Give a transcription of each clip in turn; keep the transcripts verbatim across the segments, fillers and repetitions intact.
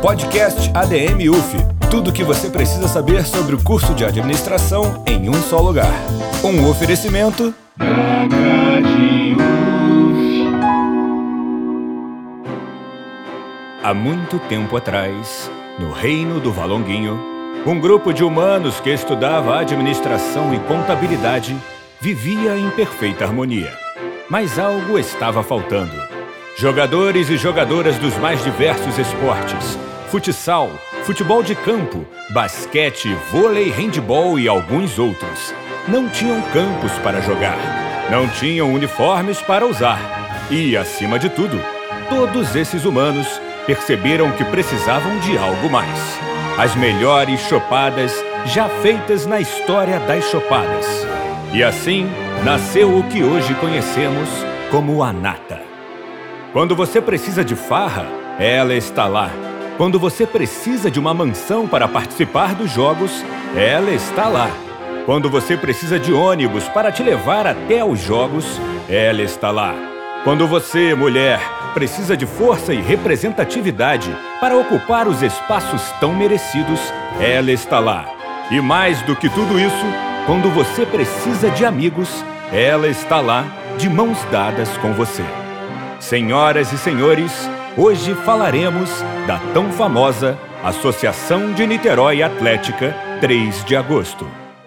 Podcast A D M U F. Tudo o que você precisa saber sobre o curso de administração em um só lugar. Um oferecimento... Há muito tempo atrás, no reino do Valonguinho, um grupo de humanos que estudava administração e contabilidade vivia em perfeita harmonia. Mas algo estava faltando. Jogadores e jogadoras dos mais diversos esportes, futsal, futebol de campo, basquete, vôlei, handebol e alguns outros, não tinham campos para jogar, não tinham uniformes para usar e, acima de tudo, todos esses humanos perceberam que precisavam de algo mais. As melhores chopadas já feitas na história das chopadas. E assim, nasceu o que hoje conhecemos como a nata. Quando você precisa de farra, ela está lá. Quando você precisa de uma mansão para participar dos jogos, ela está lá. Quando você precisa de ônibus para te levar até os jogos, ela está lá. Quando você, mulher, precisa de força e representatividade para ocupar os espaços tão merecidos, ela está lá. E mais do que tudo isso, quando você precisa de amigos, ela está lá, de mãos dadas com você. Senhoras e senhores, hoje falaremos da tão famosa Associação de Niterói Atlética três de agosto.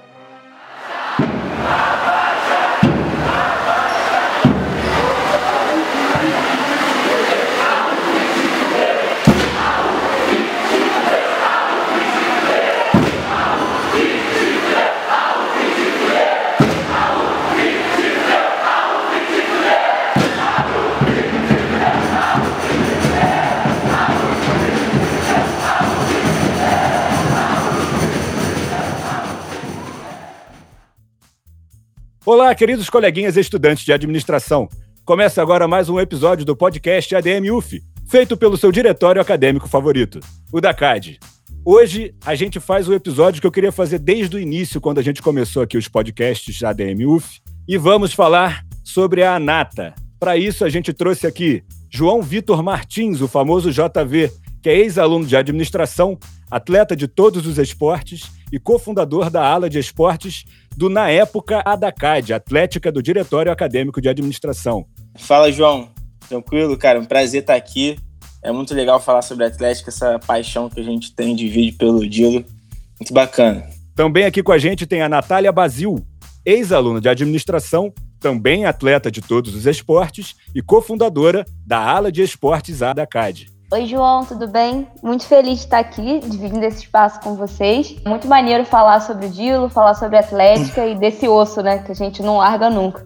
Olá, queridos coleguinhas estudantes de administração. Começa agora mais um episódio do podcast A D M U F, feito pelo seu diretório acadêmico favorito, o da C A D. Hoje, a gente faz o episódio que eu queria fazer desde o início, quando a gente começou aqui os podcasts A D M U F, e vamos falar sobre a nata. Para isso, a gente trouxe aqui João Vitor Martins, o famoso J V, que é ex-aluno de administração, atleta de todos os esportes e cofundador da ala de esportes do, na época, A D A C A D, Atlética do Diretório Acadêmico de Administração. Fala, João. Tranquilo, cara? Um prazer estar aqui. É muito legal falar sobre a Atlética, essa paixão que a gente tem de vídeo pelo Dilo. Muito bacana. Também aqui com a gente tem a Natália Basil, ex-aluna de administração, também atleta de todos os esportes e cofundadora da ala de esportes A D A C A D. Oi, João, tudo bem? Muito feliz de estar aqui, dividindo esse espaço com vocês. Muito maneiro falar sobre o Dilo, falar sobre a Atlética e desse osso, né, que a gente não larga nunca.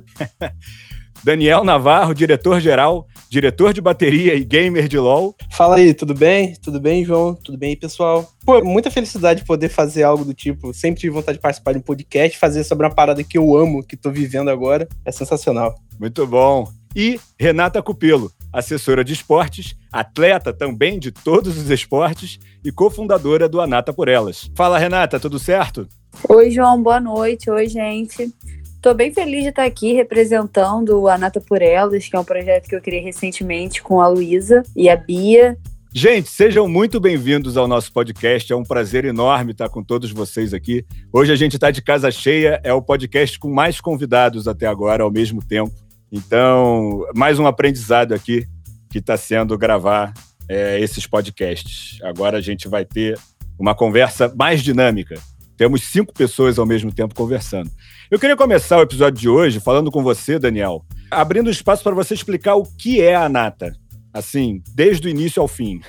Daniel Navarro, diretor-geral, diretor de bateria e gamer de LoL. Fala aí, tudo bem? Tudo bem, João? Tudo bem aí, pessoal? Pô, muita felicidade de poder fazer algo do tipo. Sempre tive vontade de participar de um podcast, fazer sobre uma parada que eu amo, que tô vivendo agora. É sensacional. Muito bom. E Renata Cupelo, assessora de esportes, atleta também de todos os esportes e cofundadora do A Nata por Elas. Fala, Renata, tudo certo? Oi, João, boa noite. Oi, gente. Tô bem feliz de estar aqui representando o A Nata por Elas, que é um projeto que eu criei recentemente com a Luísa e a Bia. Gente, sejam muito bem-vindos ao nosso podcast. É um prazer enorme estar com todos vocês aqui. Hoje a gente está de casa cheia, é o podcast com mais convidados até agora, ao mesmo tempo. Então, mais um aprendizado aqui que está sendo gravar é, esses podcasts. Agora a gente vai ter uma conversa mais dinâmica. Temos cinco pessoas ao mesmo tempo conversando. Eu queria começar o episódio de hoje falando com você, Daniel, abrindo espaço para você explicar o que é a nata, assim, desde o início ao fim.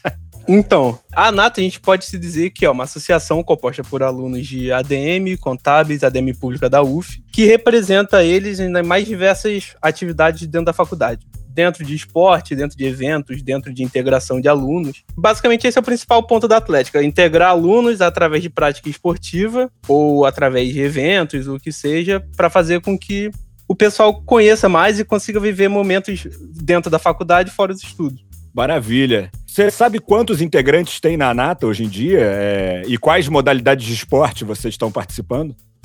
Então, a nata a gente pode se dizer que é uma associação composta por alunos de A D M, contábeis, A D M pública da U F, que representa eles em mais diversas atividades dentro da faculdade. Dentro de esporte, dentro de eventos, dentro de integração de alunos. Basicamente, esse é o principal ponto da Atlética, integrar alunos através de prática esportiva ou através de eventos, o que seja, para fazer com que o pessoal conheça mais e consiga viver momentos dentro da faculdade fora dos estudos. Maravilha. Você sabe quantos integrantes tem na Nata hoje em dia? É, e quais modalidades de esporte vocês estão participando?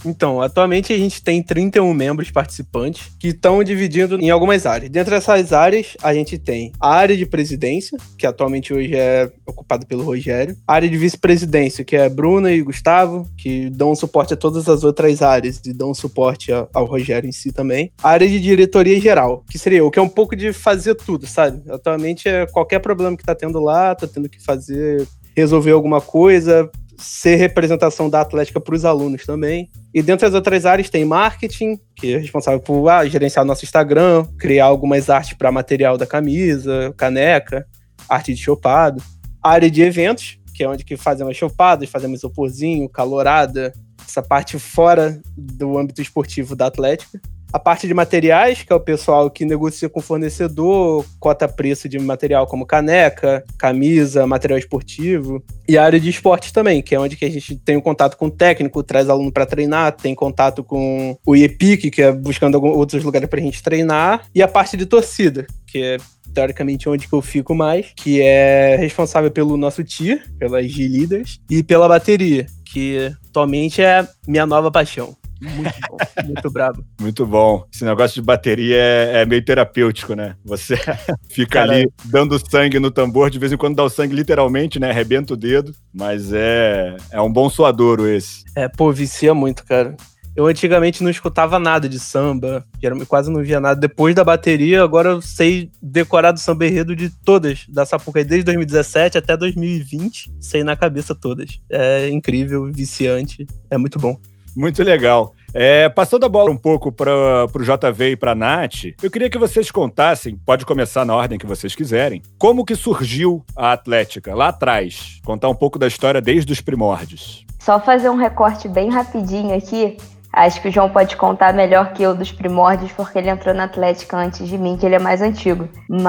Então, atualmente a gente tem trinta e um membros participantes que estão dividindo em algumas áreas. Dentro dessas áreas, a gente tem a área de presidência, que atualmente hoje é ocupada pelo Rogério. A área de vice-presidência, que é Bruna e Gustavo, que dão suporte a todas as outras áreas e dão suporte ao Rogério em si também. A área de diretoria geral, que seria eu, que é um pouco de fazer tudo, sabe? Atualmente é qualquer problema que tá tendo lá, tá tendo que fazer, resolver alguma coisa, ser representação da Atlética para os alunos também. E dentro das outras áreas tem marketing, que é responsável por ah, gerenciar nosso Instagram, criar algumas artes para material da camisa, caneca, arte de chopado. A área de eventos, que é onde que fazemos chopadas, fazemos isoporzinho, calorada, essa parte fora do âmbito esportivo da Atlética. A parte de materiais, que é o pessoal que negocia com fornecedor, cota preço de material como caneca, camisa, material esportivo. E a área de esportes também, que é onde que a gente tem um contato com o técnico, traz aluno para treinar, tem contato com o I E P I C, que é buscando alguns outros lugares para a gente treinar. E a parte de torcida, que é teoricamente onde que eu fico mais, que é responsável pelo nosso tier, pelas G-Leaders, e pela bateria, que atualmente é minha nova paixão. Muito bom, muito brabo. Muito bom. Esse negócio de bateria é, é meio terapêutico, né? Você fica Cara, ali dando sangue no tambor, de vez em quando dá o sangue literalmente, né? Arrebenta o dedo, mas é, é um bom suadouro esse. É, pô, vicia muito, cara. Eu antigamente não escutava nada de samba, quase não via nada. Depois da bateria, agora eu sei decorar do samba enredo de todas da Sapucaí, desde dois mil e dezessete até dois mil e vinte, sei na cabeça todas. É incrível, viciante, é muito bom. Muito legal. É, passando a bola um pouco para o J V e para a Nath, eu queria que vocês contassem, pode começar na ordem que vocês quiserem, como que surgiu a Atlética lá atrás. Contar um pouco da história desde os primórdios. Só fazer um recorte bem rapidinho aqui. Acho que o João pode contar melhor que eu dos primórdios, porque ele entrou na Atlética antes de mim, que ele é mais antigo.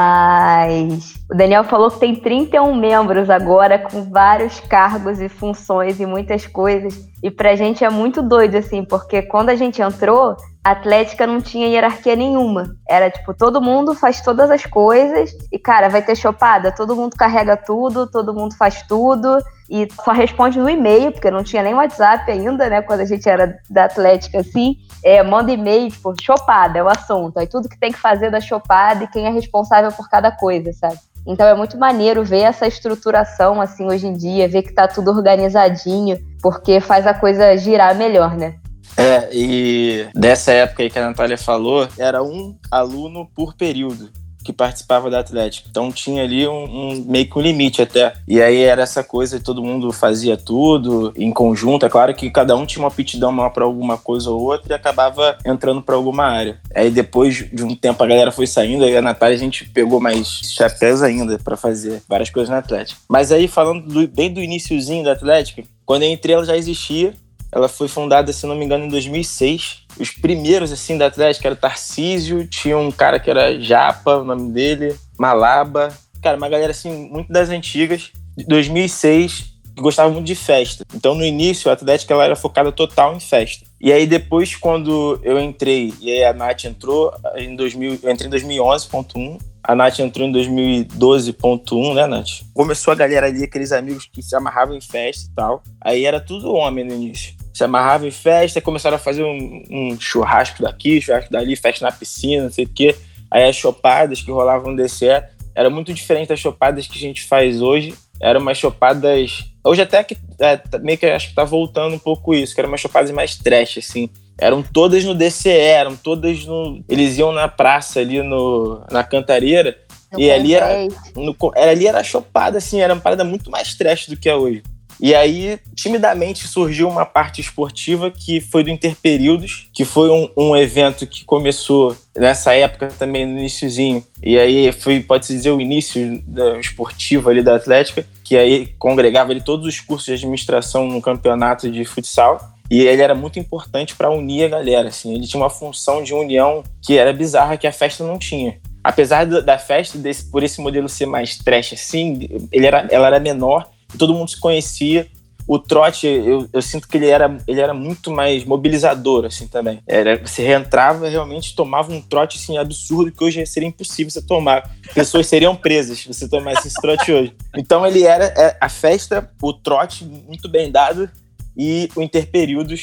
Mas o Daniel falou que tem trinta e um membros agora, com vários cargos e funções e muitas coisas. E pra gente é muito doido, assim, porque quando a gente entrou, a Atlética não tinha hierarquia nenhuma. Era tipo, todo mundo faz todas as coisas e, cara, vai ter chopada, todo mundo carrega tudo, todo mundo faz tudo e só responde no e-mail, porque não tinha nem WhatsApp ainda, né, quando a gente era da Atlética, assim. É, manda e-mail, tipo, chopada é o assunto. Aí tudo que tem que fazer da chopada e quem é responsável por cada coisa, sabe? Então é muito maneiro ver essa estruturação, assim, hoje em dia, ver que tá tudo organizadinho, porque faz a coisa girar melhor, né? É, e dessa época aí que a Natália falou, era um aluno por período que participava da Atlética. Então tinha ali um, um meio que um limite até. E aí era essa coisa, todo mundo fazia tudo em conjunto. É claro que cada um tinha uma aptidão maior para alguma coisa ou outra e acabava entrando para alguma área. Aí depois de um tempo a galera foi saindo, aí a Natália a gente pegou mais chapéus ainda para fazer várias coisas na Atlética. Mas aí falando do, bem do iniciozinho da Atlética, quando eu entrei ela já existia. Ela foi fundada, se não me engano, em dois mil e seis. Os primeiros, assim, da Atlética era o Tarcísio, tinha um cara que era Japa, o nome dele, Malaba. Cara, uma galera, assim, muito das antigas, de dois mil e seis, que gostava muito de festa. Então, no início, a Atlética ela era focada total em festa. E aí, depois, quando eu entrei, e aí a Nath entrou, em dois mil, eu entrei em dois mil e onze ponto um, a Nath entrou em dois mil e doze ponto um, né, Nath? Começou a galera ali, aqueles amigos que se amarravam em festa e tal. Aí era tudo homem no início. Se amarravam em festa, começaram a fazer um, um churrasco daqui, churrasco dali, festa na piscina, não sei o quê. Aí as chopadas que rolavam no D C E era muito diferente das chopadas que a gente faz hoje. Eram umas chopadas... Hoje até que é, meio que acho que tá voltando um pouco isso, que eram umas chopadas mais trash, assim. Eram todas no D C E, eram todas no... Eles iam na praça ali no, na Cantareira, no e ali era, no, era, ali era chopada, assim, era uma parada muito mais trash do que é hoje. E aí, timidamente, surgiu uma parte esportiva que foi do Interperíodos, que foi um, um evento que começou nessa época também, no iniciozinho. E aí foi, pode-se dizer, o início da, esportivo ali da Atlética, que aí congregava ali todos os cursos de administração no campeonato de futsal. E ele era muito importante para unir a galera, assim. Ele tinha uma função de união que era bizarra, que a festa não tinha. Apesar da festa, desse, por esse modelo ser mais trash, assim, ele era, ela era menor, todo mundo se conhecia. O trote, eu, eu sinto que ele era, ele era muito mais mobilizador, assim, também. Era, você reentrava, realmente tomava um trote, assim, absurdo, que hoje seria impossível você tomar. Pessoas seriam presas se você tomasse esse trote hoje. Então ele era a festa, o trote muito bem dado, e o Interperíodos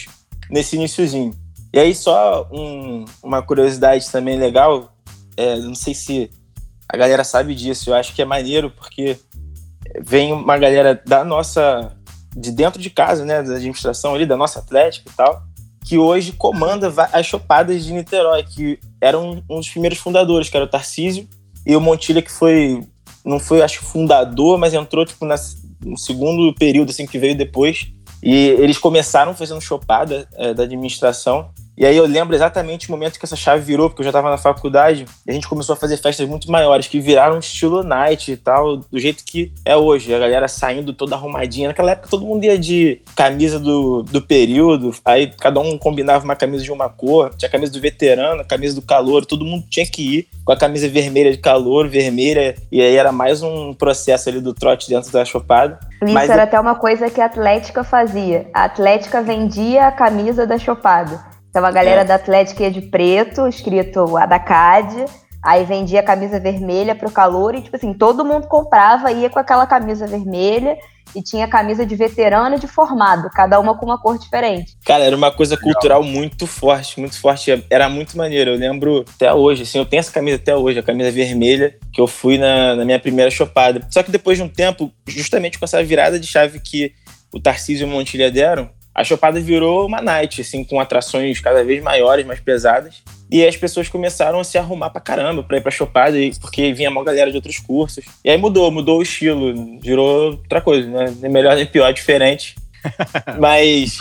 nesse iniciozinho. E aí só um, uma curiosidade também legal, é, não sei se a galera sabe disso, eu acho que é maneiro porque vem uma galera da nossa, de dentro de casa, né, da administração ali, da nossa Atlética e tal, que hoje comanda as chopadas de Niterói, que eram um dos primeiros fundadores, que era o Tarcísio, e o Montilha, que foi, não foi, acho, fundador, mas entrou tipo, na, no segundo período, assim, que veio depois. E eles começaram fazendo chopada é, da administração. E aí eu lembro exatamente o momento que essa chave virou, porque eu já estava na faculdade, e a gente começou a fazer festas muito maiores, que viraram estilo night e tal, do jeito que é hoje. A galera saindo toda arrumadinha. Naquela época todo mundo ia de camisa do, do período, aí cada um combinava uma camisa de uma cor, tinha a camisa do veterano, a camisa do calouro, todo mundo tinha que ir com a camisa vermelha de calouro, vermelha, e aí era mais um processo ali do trote dentro da chopada. Isso Mas era eu... até uma coisa que a Atlética fazia. A Atlética vendia a camisa da chopada. Então a galera é. da Atlética ia de preto, escrito Adacad, aí vendia a camisa vermelha pro calor e, tipo assim, todo mundo comprava, ia com aquela camisa vermelha e tinha camisa de veterano e de formado, cada uma com uma cor diferente. Cara, era uma coisa cultural muito forte, muito forte, era muito maneiro. Eu lembro até hoje, assim, eu tenho essa camisa até hoje, a camisa vermelha, que eu fui na, na minha primeira chopada. Só que depois de um tempo, justamente com essa virada de chave que o Tarcísio e o Montilha deram, a chopada virou uma night, assim, com atrações cada vez maiores, mais pesadas. E aí as pessoas começaram a se arrumar pra caramba pra ir pra chopada, porque vinha uma galera de outros cursos. E aí mudou, mudou o estilo, virou outra coisa, né? Nem melhor nem pior, diferente. Mas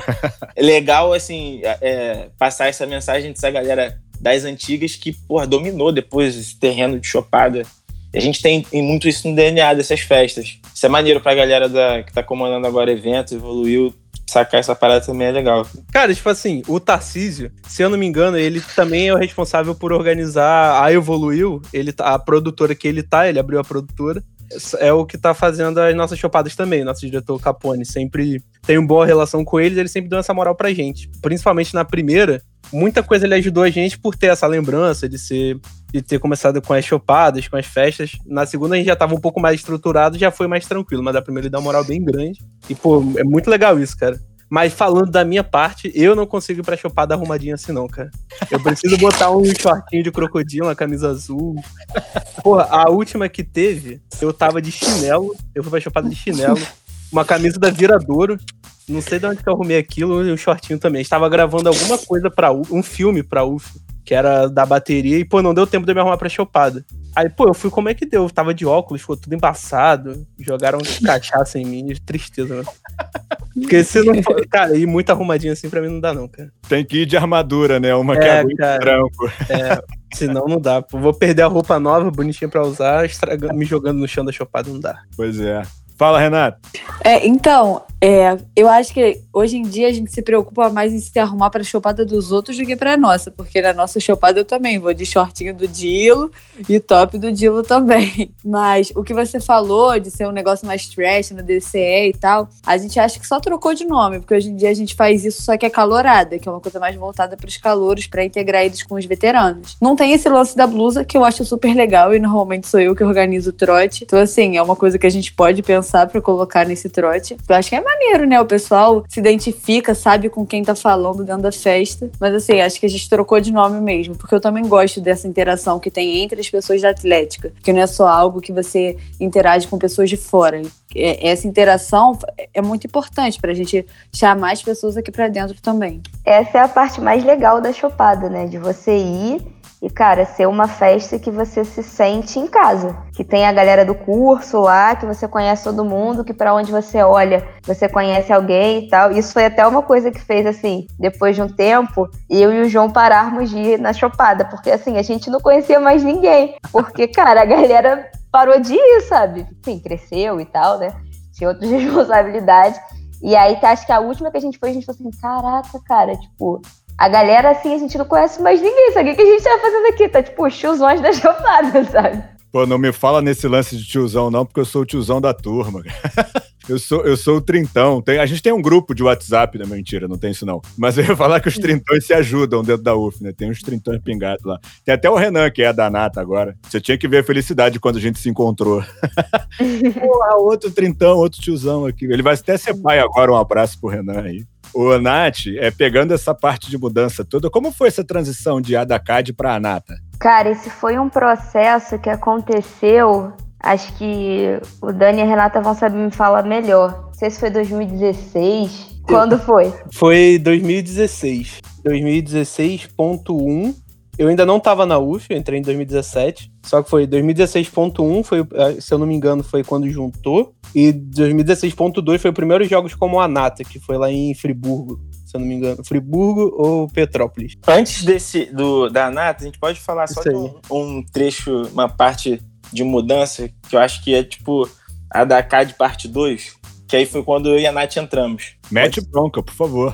é legal, assim, é, passar essa mensagem dessa galera das antigas que, porra, dominou depois esse terreno de chopada. A gente tem, tem muito isso no D N A dessas festas. Isso é maneiro pra galera da, que tá comandando agora eventos, evoluiu. Sacar essa parada também é legal. Cara, tipo assim, o Tarcísio, se eu não me engano, ele também é o responsável por organizar a Evoluiu, ele, a produtora que ele tá, ele abriu a produtora, é o que tá fazendo as nossas chopadas também. Nosso diretor Capone sempre tem uma boa relação com eles, ele sempre deu essa moral pra gente. Principalmente na primeira, muita coisa ele ajudou a gente por ter essa lembrança de ser... de ter começado com as chopadas, com as festas. Na segunda a gente já tava um pouco mais estruturado, já foi mais tranquilo, mas da primeira ele dá uma moral bem grande. E, pô, é muito legal isso, cara. Mas falando da minha parte, eu não consigo ir pra chopada arrumadinha assim não, cara. Eu preciso botar um shortinho de crocodilo, uma camisa azul. Porra, a última que teve, eu tava de chinelo, eu fui pra chopada de chinelo, uma camisa da Viradouro, não sei de onde que eu arrumei aquilo, e um shortinho também. Estava gravando alguma coisa pra U F, um filme pra U F, que era da bateria, e, pô, não deu tempo de eu me arrumar pra chopada. Aí, pô, eu fui, como é que deu? Eu tava de óculos, ficou tudo embaçado, jogaram cachaça em mim, tristeza, né? Porque se não for, cara, ir muito arrumadinho assim pra mim não dá não, cara. Tem que ir de armadura, né? Uma é, que é muito branco. É, senão não dá. Vou perder a roupa nova, bonitinha pra usar, estragando, me jogando no chão da chopada, não dá. Pois é. Fala, Renato. É, então, é, eu acho que hoje em dia a gente se preocupa mais em se arrumar pra chopada dos outros do que pra nossa, porque na nossa chopada eu também vou de shortinho do Dilo e top do Dilo também. Mas o que você falou de ser um negócio mais trash no D C E e tal, a gente acha que só trocou de nome, porque hoje em dia a gente faz isso só que é calorada, que é uma coisa mais voltada pros calouros, pra integrar eles com os veteranos. Não tem esse lance da blusa, que eu acho super legal, e normalmente sou eu que organizo o trote. Então, assim, é uma coisa que a gente pode pensar pra colocar nesse trote. Eu acho que é maneiro, né? O pessoal se identifica, sabe com quem tá falando dentro da festa. Mas assim, acho que a gente trocou de nome mesmo, porque eu também gosto dessa interação que tem entre as pessoas da Atlética, que não é só algo que você interage com pessoas de fora. Essa interação é muito importante pra gente chamar as pessoas aqui pra dentro também. Essa é a parte mais legal da chopada, né? De você ir e, cara, ser uma festa que você se sente em casa. Que tem a galera do curso lá, que você conhece todo mundo, que pra onde você olha, você conhece alguém e tal. Isso foi até uma coisa que fez, assim, depois de um tempo, eu e o João pararmos de ir na chopada. Porque, assim, a gente não conhecia mais ninguém. Porque, cara, a galera parou de ir, sabe? Enfim, cresceu e tal, né? Tinha outras responsabilidades. E aí, acho que a última que a gente foi, a gente falou assim, caraca, cara, tipo... A galera, assim, a gente não conhece mais ninguém. Sabe o que a gente tá fazendo aqui? Tá, tipo, os tiozões da chopada, sabe? Pô, não me fala nesse lance de tiozão, não, porque eu sou o tiozão da turma. Eu sou, eu sou o trintão. Tem, a gente tem um grupo de WhatsApp, né? Mentira, não tem isso não. Mas eu ia falar que os trintões se ajudam dentro da U F, né? Tem uns trintões pingados lá. Tem até o Renan, que é da Nata agora. Você tinha que ver a felicidade quando a gente se encontrou. Pô, outro trintão, outro tiozão aqui. Ele vai até ser pai agora, um abraço pro Renan aí. Ô, Nath, é, pegando essa parte de mudança toda, como foi essa transição de Adacad para Anata? Cara, esse foi um processo que aconteceu, acho que o Dani e a Renata vão saber me falar melhor. Não sei se foi dois mil e dezesseis. Quando foi? Foi dois mil e dezesseis. dois mil e dezesseis ponto um. Eu ainda não estava na U F, eu entrei em dois mil e dezessete. Só que foi dois mil e dezesseis ponto um, foi, se eu não me engano, foi quando juntou. E dois mil e dezesseis ponto dois foi o primeiro jogos como Anata, que foi lá em Friburgo, se eu não me engano. Friburgo ou Petrópolis? Antes desse, do, da Anata, a gente pode falar só Isso de um, um trecho, uma parte de mudança, que eu acho que é tipo a da K de parte dois, que aí foi quando eu e a Nath entramos. Mete bronca, por favor.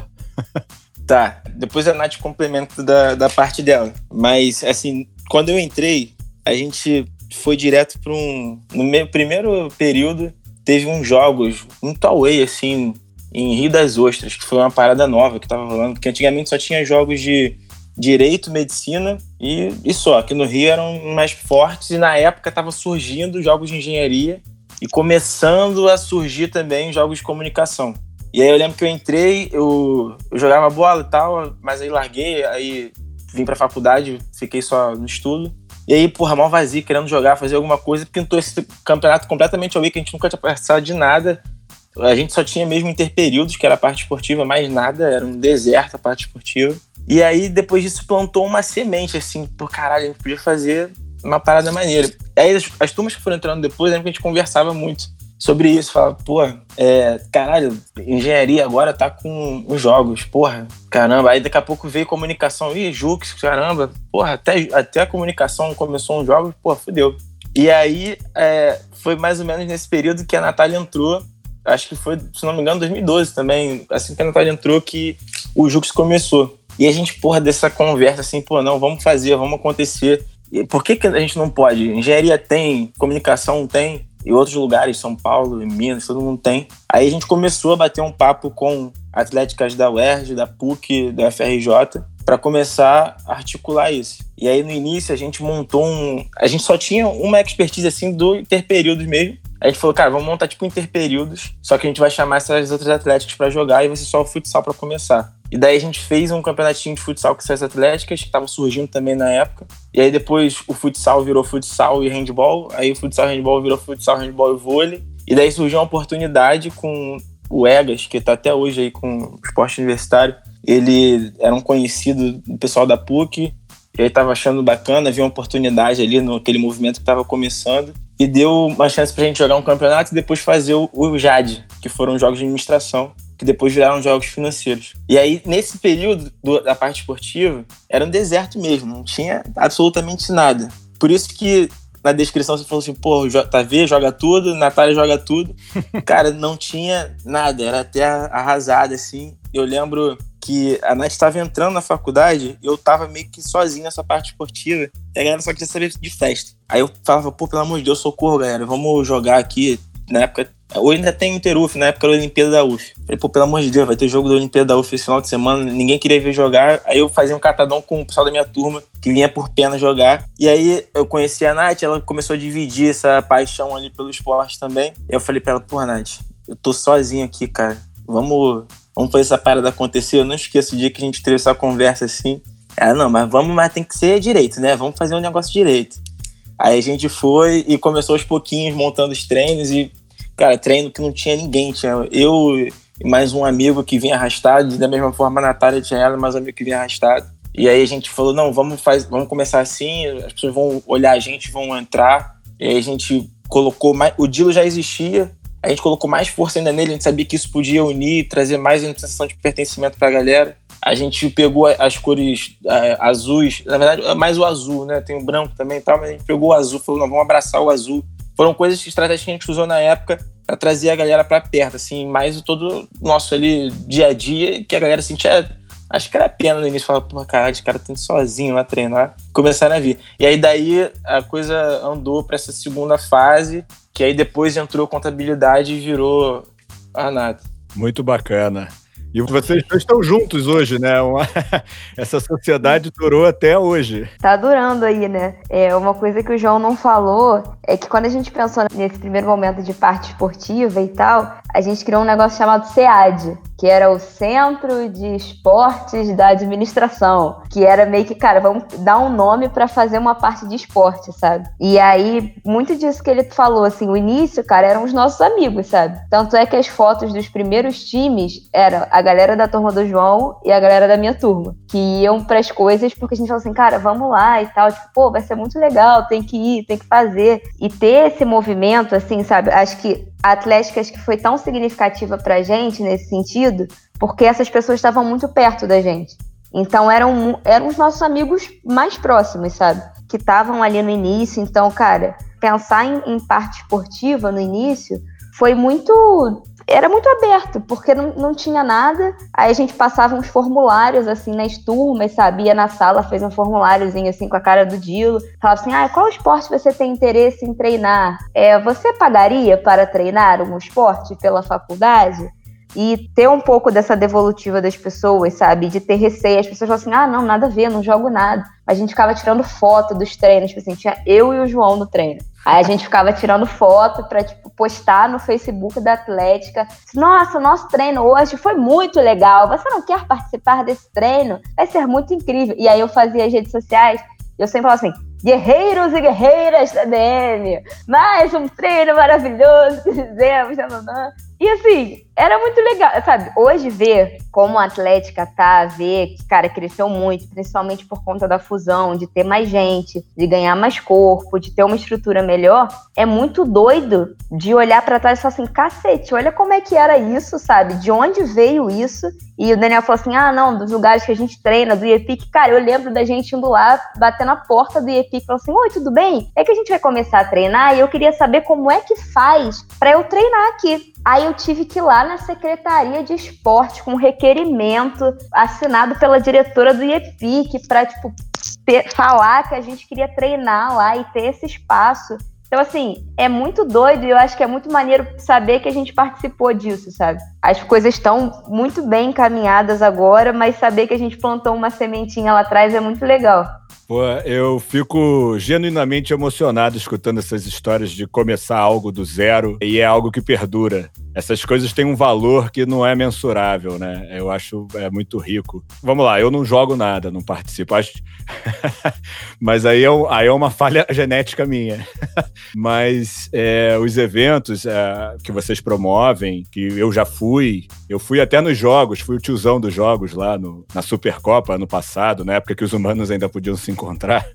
Tá, depois a Nath complementa da, da parte dela. Mas, assim, quando eu entrei, a gente foi direto para um... No meu primeiro período, teve uns jogos muito away, assim, em Rio das Ostras, que foi uma parada nova que tava rolando, porque antigamente só tinha jogos de direito, medicina e, e só. Aqui no Rio eram mais fortes e na época tava surgindo jogos de engenharia e começando a surgir também jogos de comunicação. E aí eu lembro que eu entrei, eu, eu jogava bola e tal, mas aí larguei, aí vim pra faculdade, fiquei só no estudo. E aí, porra, mal vazio, querendo jogar, fazer alguma coisa, pintou esse campeonato completamente away, que a gente nunca tinha participado de nada. A gente só tinha mesmo interperíodos, que era a parte esportiva, mais nada, era um deserto a parte esportiva. E aí, depois disso, plantou uma semente, assim, por caralho, a gente podia fazer uma parada maneira. Aí as, as turmas que foram entrando depois, lembro que a gente conversava muito sobre isso, falava, pô, é, caralho, engenharia agora tá com os jogos, porra, caramba. Aí daqui a pouco veio comunicação, ih, Jux, caramba, porra, até, até a comunicação começou uns jogos, porra, fudeu. E aí é, foi mais ou menos nesse período que a Natália entrou, acho que foi, se não me engano, dois mil e doze também, assim que a Natália entrou que o Jux começou. E a gente, porra, dessa conversa assim, pô, não, vamos fazer, vamos acontecer. E por que que a gente não pode? Engenharia tem, comunicação tem, e outros lugares, São Paulo, Minas, todo mundo tem. Aí a gente começou a bater um papo com atléticas da U E R J, da P U C, da F R J, para começar a articular isso. E aí no início a gente montou um... A gente só tinha uma expertise assim do interperíodos mesmo. A gente falou, cara, vamos montar tipo interperíodos, só que a gente vai chamar essas outras atléticas para jogar e vai ser só o futsal para começar. E daí a gente fez um campeonatinho de futsal com essas atléticas, que estavam surgindo também na época. E aí depois o futsal virou futsal e handball. Aí o futsal e handball virou futsal, handball e vôlei. E daí surgiu uma oportunidade com o Egas, que tá até hoje aí com o esporte universitário. Ele era um conhecido do pessoal da P U C. E aí tava achando bacana, viu uma oportunidade ali naquele movimento que tava começando. E deu uma chance pra gente jogar um campeonato e depois fazer o, o J A D, que foram jogos de administração, que depois viraram jogos financeiros. E aí, nesse período do, da parte esportiva, era um deserto mesmo, não tinha absolutamente nada. Por isso que na descrição você falou assim, pô, Tavê joga tudo, Natália joga tudo. Cara, não tinha nada, era até arrasada, assim. Eu lembro que a Nath estava entrando na faculdade e eu tava meio que sozinho nessa parte esportiva e a galera só queria saber de festa. Aí eu falava, pô, pelo amor de Deus, socorro, galera, vamos jogar aqui. Na época, hoje ainda tem Interuf, na época era a Olimpíada da U F. Falei, pô, pelo amor de Deus, vai ter jogo da Olimpíada da U F esse final de semana, ninguém queria ver jogar. Aí eu fazia um catadão com o pessoal da minha turma, que vinha por pena jogar. E aí eu conheci a Nath, ela começou a dividir essa paixão ali pelo esporte também. E eu falei pra ela, pô, Nath, eu tô sozinho aqui, cara, vamos, vamos fazer essa parada acontecer. Eu não esqueço o dia que a gente teve essa conversa assim. Ela, não, mas vamos, mas tem que ser direito, né? Vamos fazer um negócio direito. Aí a gente foi e começou aos pouquinhos montando os treinos e, cara, treino que não tinha ninguém. Tinha eu e mais um amigo que vinha arrastado. Da mesma forma, a Natália tinha ela, mais um amigo que vinha arrastado. E aí a gente falou, não, vamos, faz, vamos começar assim, as pessoas vão olhar a gente, vão entrar. E aí a gente colocou mais... O Dilo já existia, a gente colocou mais força ainda nele, a gente sabia que isso podia unir, trazer mais uma sensação de pertencimento pra galera. A gente pegou as cores uh, azuis, na verdade, mais o azul, né? Tem o branco também e tal, mas a gente pegou o azul, falou, não, vamos abraçar o azul. Foram coisas, estratégias que a gente usou na época pra trazer a galera pra perto, assim, mais o todo nosso ali dia a dia, que a galera sentia, acho que era pena no início, falava, pô, caralho, esse cara tá sozinho lá treinar. Começaram a vir. E aí daí a coisa andou pra essa segunda fase, que aí depois entrou contabilidade e virou a Anata. Muito bacana. E vocês dois estão juntos hoje, né? Uma... Essa sociedade durou até hoje. Tá durando aí, né? É, uma coisa que o João não falou é que quando a gente pensou nesse primeiro momento de parte esportiva e tal, a gente criou um negócio chamado SEAD, que era o Centro de Esportes da Administração, que era meio que, cara, vamos dar um nome pra fazer uma parte de esporte, sabe? E aí, muito disso que ele falou, assim, o início, cara, eram os nossos amigos, sabe? Tanto é que as fotos dos primeiros times eram a galera da turma do João e a galera da minha turma, que iam pras coisas porque a gente falou assim, cara, vamos lá e tal, tipo, pô, vai ser muito legal, tem que ir, tem que fazer. E ter esse movimento, assim, sabe? Acho que a Atlética acho que foi tão significativa pra gente nesse sentido, porque essas pessoas estavam muito perto da gente. Então eram, eram os nossos amigos mais próximos, sabe? Que estavam ali no início. Então, cara, pensar em, em parte esportiva no início foi muito... Era muito aberto, porque não, não tinha nada. Aí a gente passava uns formulários, assim, nas turmas, sabe? Ia na sala, fez um formuláriozinho, assim, com a cara do Dilo. Falava assim, ah, qual esporte você tem interesse em treinar? É, você pagaria para treinar um esporte pela faculdade? E ter um pouco dessa devolutiva das pessoas, sabe? De ter receio. As pessoas falam assim, ah, não, nada a ver, não jogo nada. A gente ficava tirando foto dos treinos. Tipo assim, tinha eu e o João no treino. Aí a gente ficava tirando foto pra, tipo, postar no Facebook da Atlética. Nossa, o nosso treino hoje foi muito legal. Você não quer participar desse treino? Vai ser muito incrível. E aí eu fazia as redes sociais. E eu sempre falava assim, guerreiros e guerreiras da D M. Mais um treino maravilhoso que fizemos. Não, não, não. E assim, era muito legal, sabe? Hoje ver como a Atlética tá, ver que, cara, cresceu muito, principalmente por conta da fusão, de ter mais gente, de ganhar mais corpo, de ter uma estrutura melhor, é muito doido de olhar pra trás e falar assim, cacete, olha como é que era isso, sabe? De onde veio isso? E o Daniel falou assim, ah, não, dos lugares que a gente treina, do I E P I C, cara, eu lembro da gente indo lá, bater na porta do I E P I C, falando assim, oi, tudo bem? É que a gente vai começar a treinar e eu queria saber como é que faz pra eu treinar aqui. Aí eu tive que ir lá na Secretaria de Esporte com um requerimento assinado pela diretora do I E P I C para, tipo, ter, falar que a gente queria treinar lá e ter esse espaço. Então, assim, é muito doido e eu acho que é muito maneiro saber que a gente participou disso, sabe? As coisas estão muito bem encaminhadas agora, mas saber que a gente plantou uma sementinha lá atrás é muito legal. Pô, eu fico genuinamente emocionado escutando essas histórias de começar algo do zero e é algo que perdura. Essas coisas têm um valor que não é mensurável, né? Eu acho é muito rico. Vamos lá, eu não jogo nada, não participo. Acho... Mas aí é, aí é uma falha genética minha. Mas é, os eventos é, que vocês promovem, que eu já fui, eu fui até nos jogos, fui o tiozão dos jogos lá no, na Supercopa ano passado, na época que os humanos ainda podiam se encontrar.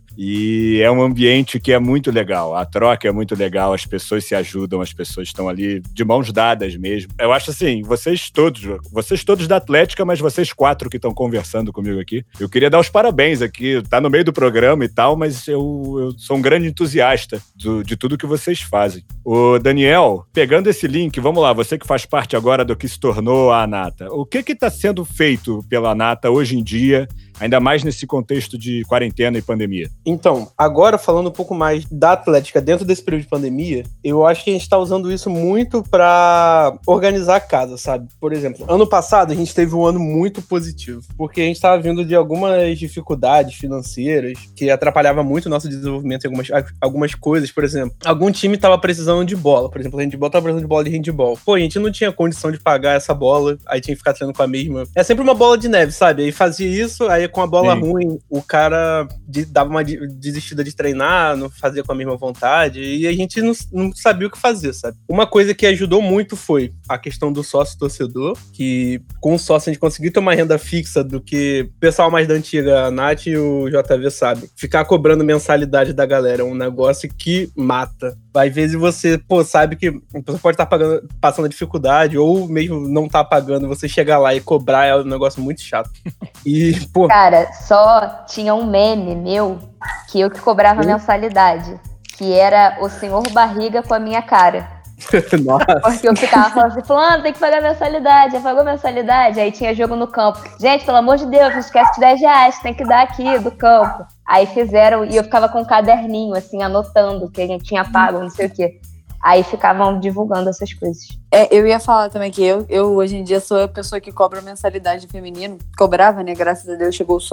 E é um ambiente que é muito legal, a troca é muito legal, as pessoas se ajudam, as pessoas estão ali de mãos dadas mesmo. Eu acho assim, vocês todos, vocês todos da Atlética, mas vocês quatro que estão conversando comigo aqui, eu queria dar os parabéns aqui, tá no meio do programa e tal, mas eu, eu sou um grande entusiasta do, de tudo que vocês fazem. O Daniel, pegando esse link, vamos lá, você que faz parte agora do que se tornou a ANATA, o que que está sendo feito pela ANATA hoje em dia, ainda mais nesse contexto de quarentena e pandemia? Então, agora falando um pouco mais da Atlética dentro desse período de pandemia, eu acho que a gente está usando isso muito para organizar a casa, sabe? Por exemplo, ano passado a gente teve um ano muito positivo, porque a gente estava vindo de algumas dificuldades financeiras que atrapalhavam muito o nosso desenvolvimento em algumas, algumas coisas. Por exemplo, algum time estava precisando de bola, por exemplo, o handball estava precisando de bola de handball. Pô, a gente não tinha condição de pagar essa bola, aí tinha que ficar treinando com a mesma. É sempre uma bola de neve, sabe? Aí fazia isso, aí com a bola Sim. ruim, o cara de, dava uma desistida de treinar, não fazia com a mesma vontade, e a gente não, não sabia o que fazer, sabe? Uma coisa que ajudou muito foi a questão do sócio-torcedor, que com o sócio a gente conseguiu ter uma renda fixa do que o pessoal mais da antiga, a Nath e o J V sabe. Ficar cobrando mensalidade da galera é um negócio que mata. Às vezes você, pô, sabe que a pessoa pode estar pagando, passando dificuldade, ou mesmo não tá pagando, você chegar lá e cobrar é um negócio muito chato. E, pô... Cara, só tinha um meme meu que eu que cobrava mensalidade, que era o senhor Barriga com a minha cara. Nossa. Porque eu ficava falando assim, fulano, tem que pagar mensalidade, já pagou mensalidade? Aí tinha jogo no campo. Gente, pelo amor de Deus, não esquece de dez reais, tem que dar aqui do campo. Aí fizeram, e eu ficava com um caderninho, assim, anotando que a gente tinha pago, não sei o quê. Aí ficavam divulgando essas coisas. É, eu ia falar também que eu, eu, hoje em dia, sou a pessoa que cobra mensalidade feminino. Cobrava, né? Graças a Deus chegou o sócio.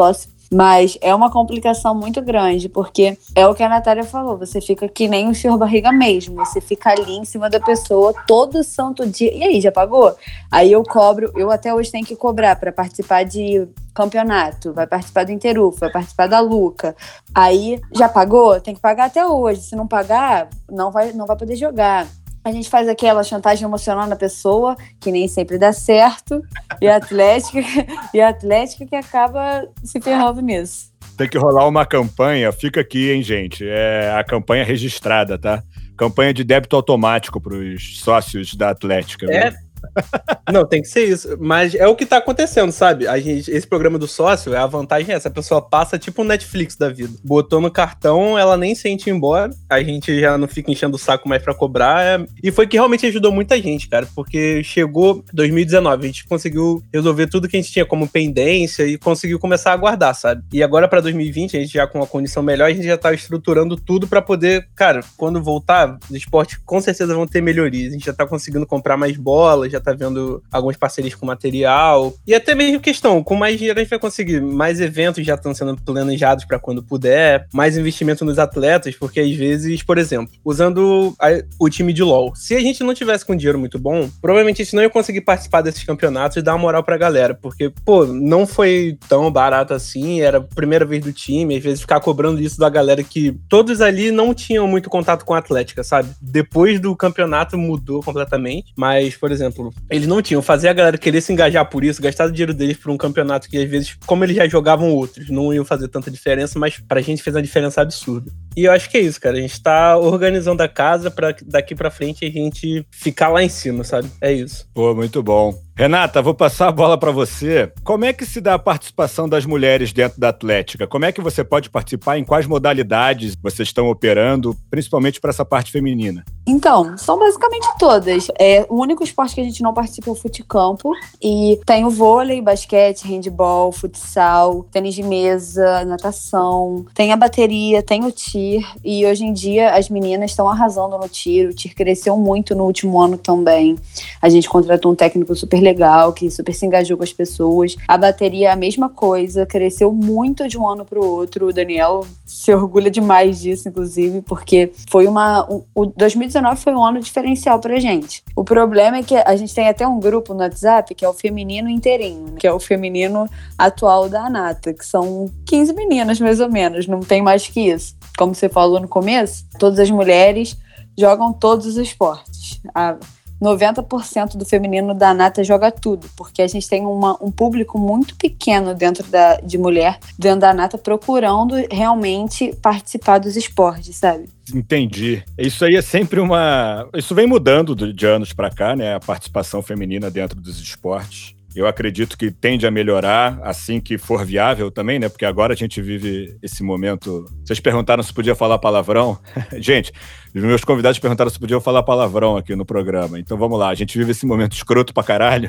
Mas é uma complicação muito grande, porque é o que a Natália falou, você fica que nem o senhor barriga mesmo, você fica ali em cima da pessoa todo santo dia. E aí, já pagou? Aí eu cobro, eu até hoje tenho que cobrar para participar de campeonato, vai participar do Interufo, vai participar da Luca. Aí, já pagou? Tem que pagar até hoje. Se não pagar, não vai, não vai poder jogar. A gente faz aquela chantagem emocional na pessoa, que nem sempre dá certo, e a Atlética, e a Atlética que acaba se ferrando nisso. Tem que rolar uma campanha, fica aqui, hein, gente? É a campanha registrada, tá? Campanha de débito automático para os sócios da Atlética. É. Né? Não, tem que ser isso. Mas é o que tá acontecendo, sabe? A gente, esse programa do sócio, a vantagem é essa. A pessoa passa tipo um Netflix da vida. Botou no cartão, ela nem sente ir embora. A gente já não fica enchendo o saco mais pra cobrar. É... E foi que realmente ajudou muita gente, cara. Porque chegou dois mil e dezenove, a gente conseguiu resolver tudo que a gente tinha como pendência e conseguiu começar a guardar, sabe? E agora pra dois mil e vinte, a gente já com uma condição melhor, a gente já tá estruturando tudo pra poder... Cara, quando voltar, os esportes com certeza vão ter melhorias. A gente já tá conseguindo comprar mais bolas, já tá vendo algumas parcerias com material. E até mesmo questão, com mais dinheiro a gente vai conseguir mais eventos, já estão sendo planejados para quando puder, mais investimento nos atletas, porque às vezes, por exemplo, usando a, o time de LoL, se a gente não tivesse com dinheiro muito bom, provavelmente a gente não ia conseguir participar desses campeonatos e dar uma moral pra galera, porque, pô, não foi tão barato assim, era a primeira vez do time, às vezes ficar cobrando isso da galera que todos ali não tinham muito contato com a Atlética, sabe? Depois do campeonato mudou completamente, mas, por exemplo, eles não tinham, fazer a galera querer se engajar por isso, gastar o dinheiro deles por um campeonato que às vezes, como eles já jogavam outros, não iam fazer tanta diferença, mas pra gente fez uma diferença absurda. E eu acho que é isso, cara, a gente tá organizando a casa pra daqui pra frente a gente ficar lá em cima, sabe? É isso. Pô, muito bom. Renata, vou passar a bola para você. Como é que se dá a participação das mulheres dentro da Atlética? Como é que você pode participar? Em quais modalidades vocês estão operando, principalmente para essa parte feminina? Então, são basicamente todas. É, o único esporte que a gente não participa é o futecampo. E tem o vôlei, basquete, handball, futsal, tênis de mesa, natação. Tem a bateria, tem o tir. E hoje em dia as meninas estão arrasando no tir. O tir cresceu muito no último ano também. A gente contratou um técnico super legal, que super se engajou com as pessoas. A bateria é a mesma coisa, cresceu muito de um ano pro outro. O Daniel se orgulha demais disso, inclusive, porque foi uma... O dois mil e dezenove foi um ano diferencial pra gente. O problema é que a gente tem até um grupo no WhatsApp, que é o Feminino Inteirinho, que é o feminino atual da Anata, que são quinze meninas, mais ou menos, não tem mais que isso. Como você falou no começo, todas as mulheres jogam todos os esportes. A noventa por cento do feminino da Anata joga tudo, porque a gente tem uma, um público muito pequeno dentro da, de mulher, dentro da Anata, procurando realmente participar dos esportes, sabe? Entendi. Isso aí é sempre uma... Isso vem mudando de anos pra cá, né? A participação feminina dentro dos esportes. Eu acredito que tende a melhorar assim que for viável também, né? Porque agora a gente vive esse momento... Vocês perguntaram se podia falar palavrão. Gente, os meus convidados perguntaram se podiam falar palavrão aqui no programa. Então vamos lá, a gente vive esse momento escroto pra caralho.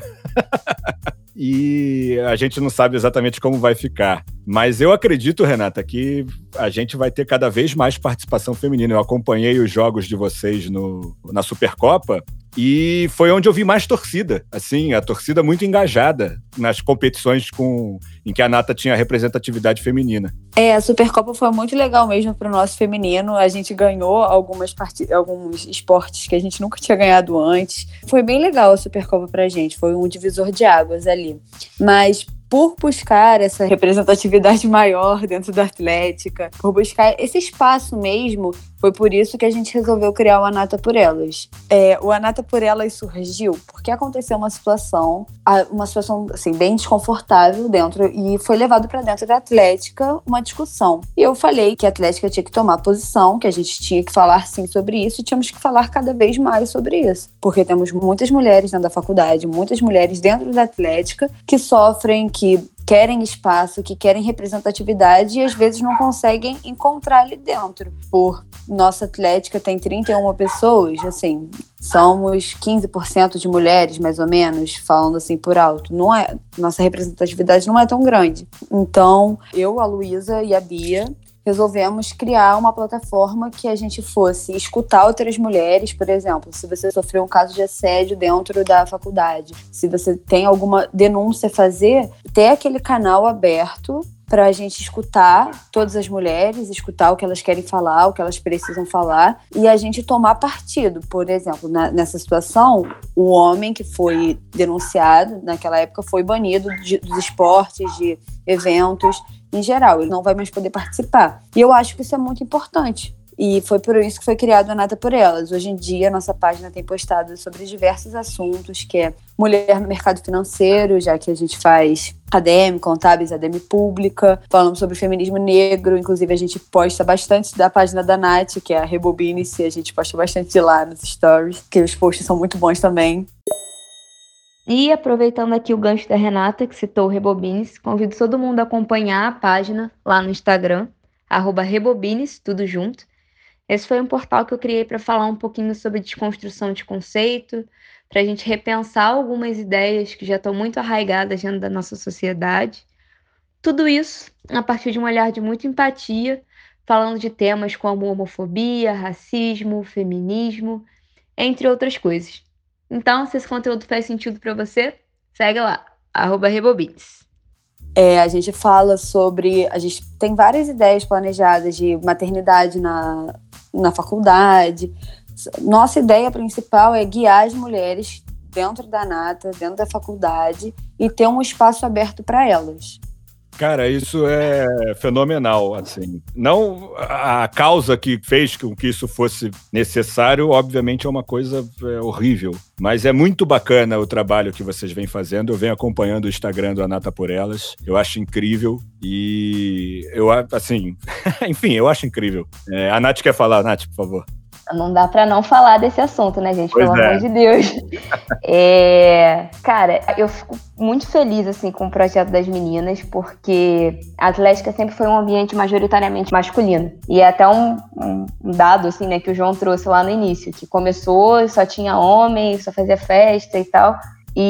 E a gente não sabe exatamente como vai ficar. Mas eu acredito, Renata, que a gente vai ter cada vez mais participação feminina. Eu acompanhei os jogos de vocês no, na Supercopa e foi onde eu vi mais torcida. Assim, a torcida muito engajada nas competições com, em que a Nata tinha representatividade feminina. É, a Supercopa foi muito legal mesmo para o nosso feminino. A gente ganhou algumas part... alguns esportes que a gente nunca tinha ganhado antes. Foi bem legal a Supercopa pra gente. Foi um divisor de águas ali. Mas por buscar essa representatividade maior dentro da Atlética, por buscar esse espaço mesmo, foi por isso que a gente resolveu criar o Anata por Elas. É, o Anata por Elas surgiu porque aconteceu uma situação, uma situação assim, bem desconfortável dentro, e foi levado para dentro da Atlética uma discussão. E eu falei que a Atlética tinha que tomar posição, que a gente tinha que falar sim sobre isso, e tínhamos que falar cada vez mais sobre isso. Porque temos muitas mulheres dentro da faculdade, muitas mulheres dentro da Atlética que sofrem, que querem espaço, que querem representatividade e às vezes não conseguem encontrar ali dentro. Por nossa Atlética tem trinta e uma pessoas, assim, somos quinze por cento de mulheres, mais ou menos, falando assim por alto. Não é, nossa representatividade não é tão grande. Então, eu, a Luísa e a Bia resolvemos criar uma plataforma que a gente fosse escutar outras mulheres, por exemplo, se você sofreu um caso de assédio dentro da faculdade, se você tem alguma denúncia a fazer, ter aquele canal aberto para a gente escutar todas as mulheres, escutar o que elas querem falar, o que elas precisam falar, e a gente tomar partido. Por exemplo, na, nessa situação, o homem que foi denunciado naquela época foi banido de, dos esportes, de eventos em geral. Ele não vai mais poder participar. E eu acho que isso é muito importante. E foi por isso que foi criado a Nata por Elas. Hoje em dia, a nossa página tem postado sobre diversos assuntos, que é mulher no mercado financeiro, já que a gente faz A D M, contábeis, A D M pública. Falamos sobre feminismo negro, inclusive a gente posta bastante da página da Nath, que é a Rebobine-se, a gente posta bastante de lá nos stories, que os posts são muito bons também. E aproveitando aqui o gancho da Renata, que citou o Rebobines, convido todo mundo a acompanhar a página lá no Instagram, arroba Rebobines, tudo junto. Esse foi um portal que eu criei para falar um pouquinho sobre desconstrução de conceito, para a gente repensar algumas ideias que já estão muito arraigadas dentro da nossa sociedade. Tudo isso a partir de um olhar de muita empatia, falando de temas como homofobia, racismo, feminismo, entre outras coisas. Então, se esse conteúdo faz sentido para você, segue lá, arroba Rebobines. É, a gente fala sobre... A gente tem várias ideias planejadas de maternidade na, na faculdade. Nossa ideia principal é guiar as mulheres dentro da Nata, dentro da faculdade, e ter um espaço aberto para elas. Cara, isso é fenomenal, assim. Não a causa que fez com que isso fosse necessário, obviamente é uma coisa é, horrível, mas é muito bacana o trabalho que vocês vêm fazendo. Eu venho acompanhando o Instagram do A Nata por Elas, eu acho incrível e eu, assim, enfim, eu acho incrível. É, a Nath quer falar, Nath, por favor. Não dá pra não falar desse assunto, né, gente? Pois Pelo é. amor de Deus. É, cara, eu fico muito feliz, assim, com o projeto das meninas, porque a Atlética sempre foi um ambiente majoritariamente masculino. E é até um, um dado, assim, né, que o João trouxe lá no início, que começou e só tinha homem, só fazia festa e tal.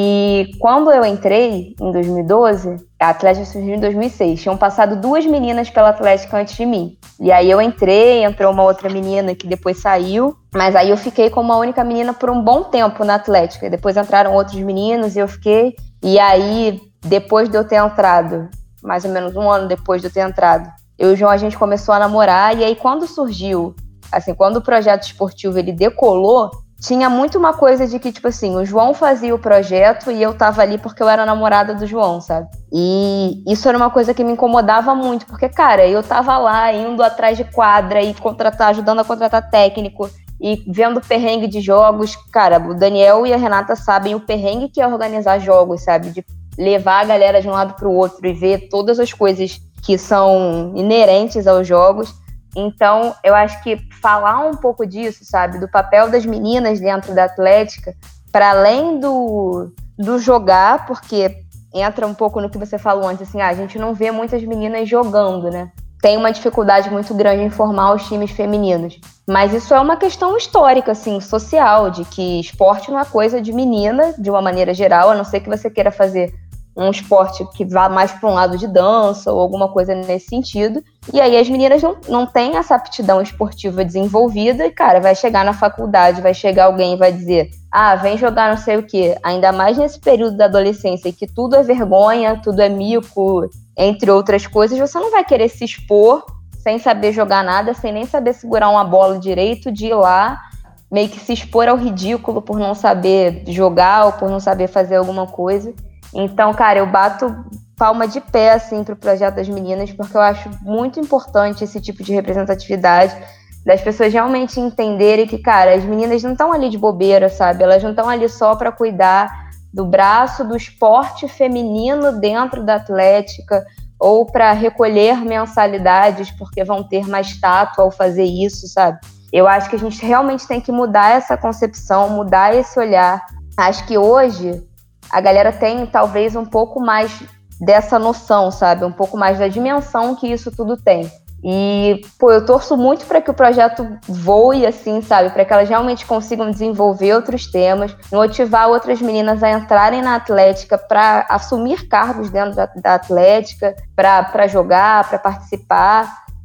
E quando eu entrei, em dois mil e doze, a Atlética surgiu em dois mil e seis. Tinham passado duas meninas pela Atlética antes de mim. E aí eu entrei, entrou uma outra menina que depois saiu. Mas aí eu fiquei como a única menina por um bom tempo na Atlética. Depois entraram outros meninos e eu fiquei. E aí, depois de eu ter entrado, mais ou menos um ano depois de eu ter entrado, eu e o João, a gente começou a namorar. E aí quando surgiu, assim, quando o projeto esportivo ele decolou, tinha muito uma coisa de que, tipo assim, o João fazia o projeto e eu tava ali porque eu era namorada do João, sabe? E isso era uma coisa que me incomodava muito, porque, cara, eu tava lá indo atrás de quadra e contratar, ajudando a contratar técnico e vendo perrengue de jogos. Cara, o Daniel e a Renata sabem o perrengue que é organizar jogos, sabe? De levar a galera de um lado pro outro e ver todas as coisas que são inerentes aos jogos. Então, eu acho que falar um pouco disso, sabe, do papel das meninas dentro da Atlética, para além do, do jogar, porque entra um pouco no que você falou antes, assim, ah, a gente não vê muitas meninas jogando, né? Tem uma dificuldade muito grande em formar os times femininos. Mas isso é uma questão histórica, assim, social, de que esporte não é coisa de menina, de uma maneira geral, a não ser que você queira fazer um esporte que vá mais para um lado de dança ou alguma coisa nesse sentido. E aí as meninas não, não têm essa aptidão esportiva desenvolvida e, cara, vai chegar na faculdade, vai chegar alguém e vai dizer, ah, vem jogar não sei o quê. Ainda mais nesse período da adolescência, que tudo é vergonha, tudo é mico, entre outras coisas, você não vai querer se expor sem saber jogar nada, sem nem saber segurar uma bola direito, de ir lá, meio que se expor ao ridículo por não saber jogar ou por não saber fazer alguma coisa. Então, cara, eu bato palma de pé, assim, pro projeto das meninas, porque eu acho muito importante esse tipo de representatividade, das pessoas realmente entenderem que, cara, as meninas não estão ali de bobeira, sabe? Elas não estão ali só para cuidar do braço do esporte feminino dentro da Atlética, ou para recolher mensalidades, porque vão ter mais tato ao fazer isso, sabe? Eu acho que a gente realmente tem que mudar essa concepção, mudar esse olhar. Acho que hoje a galera tem talvez um pouco mais dessa noção, sabe? Um pouco mais da dimensão que isso tudo tem. E, pô, eu torço muito para que o projeto voe, assim, sabe? Para que elas realmente consigam desenvolver outros temas, motivar outras meninas a entrarem na Atlética para assumir cargos dentro da, da Atlética, para jogar, para participar.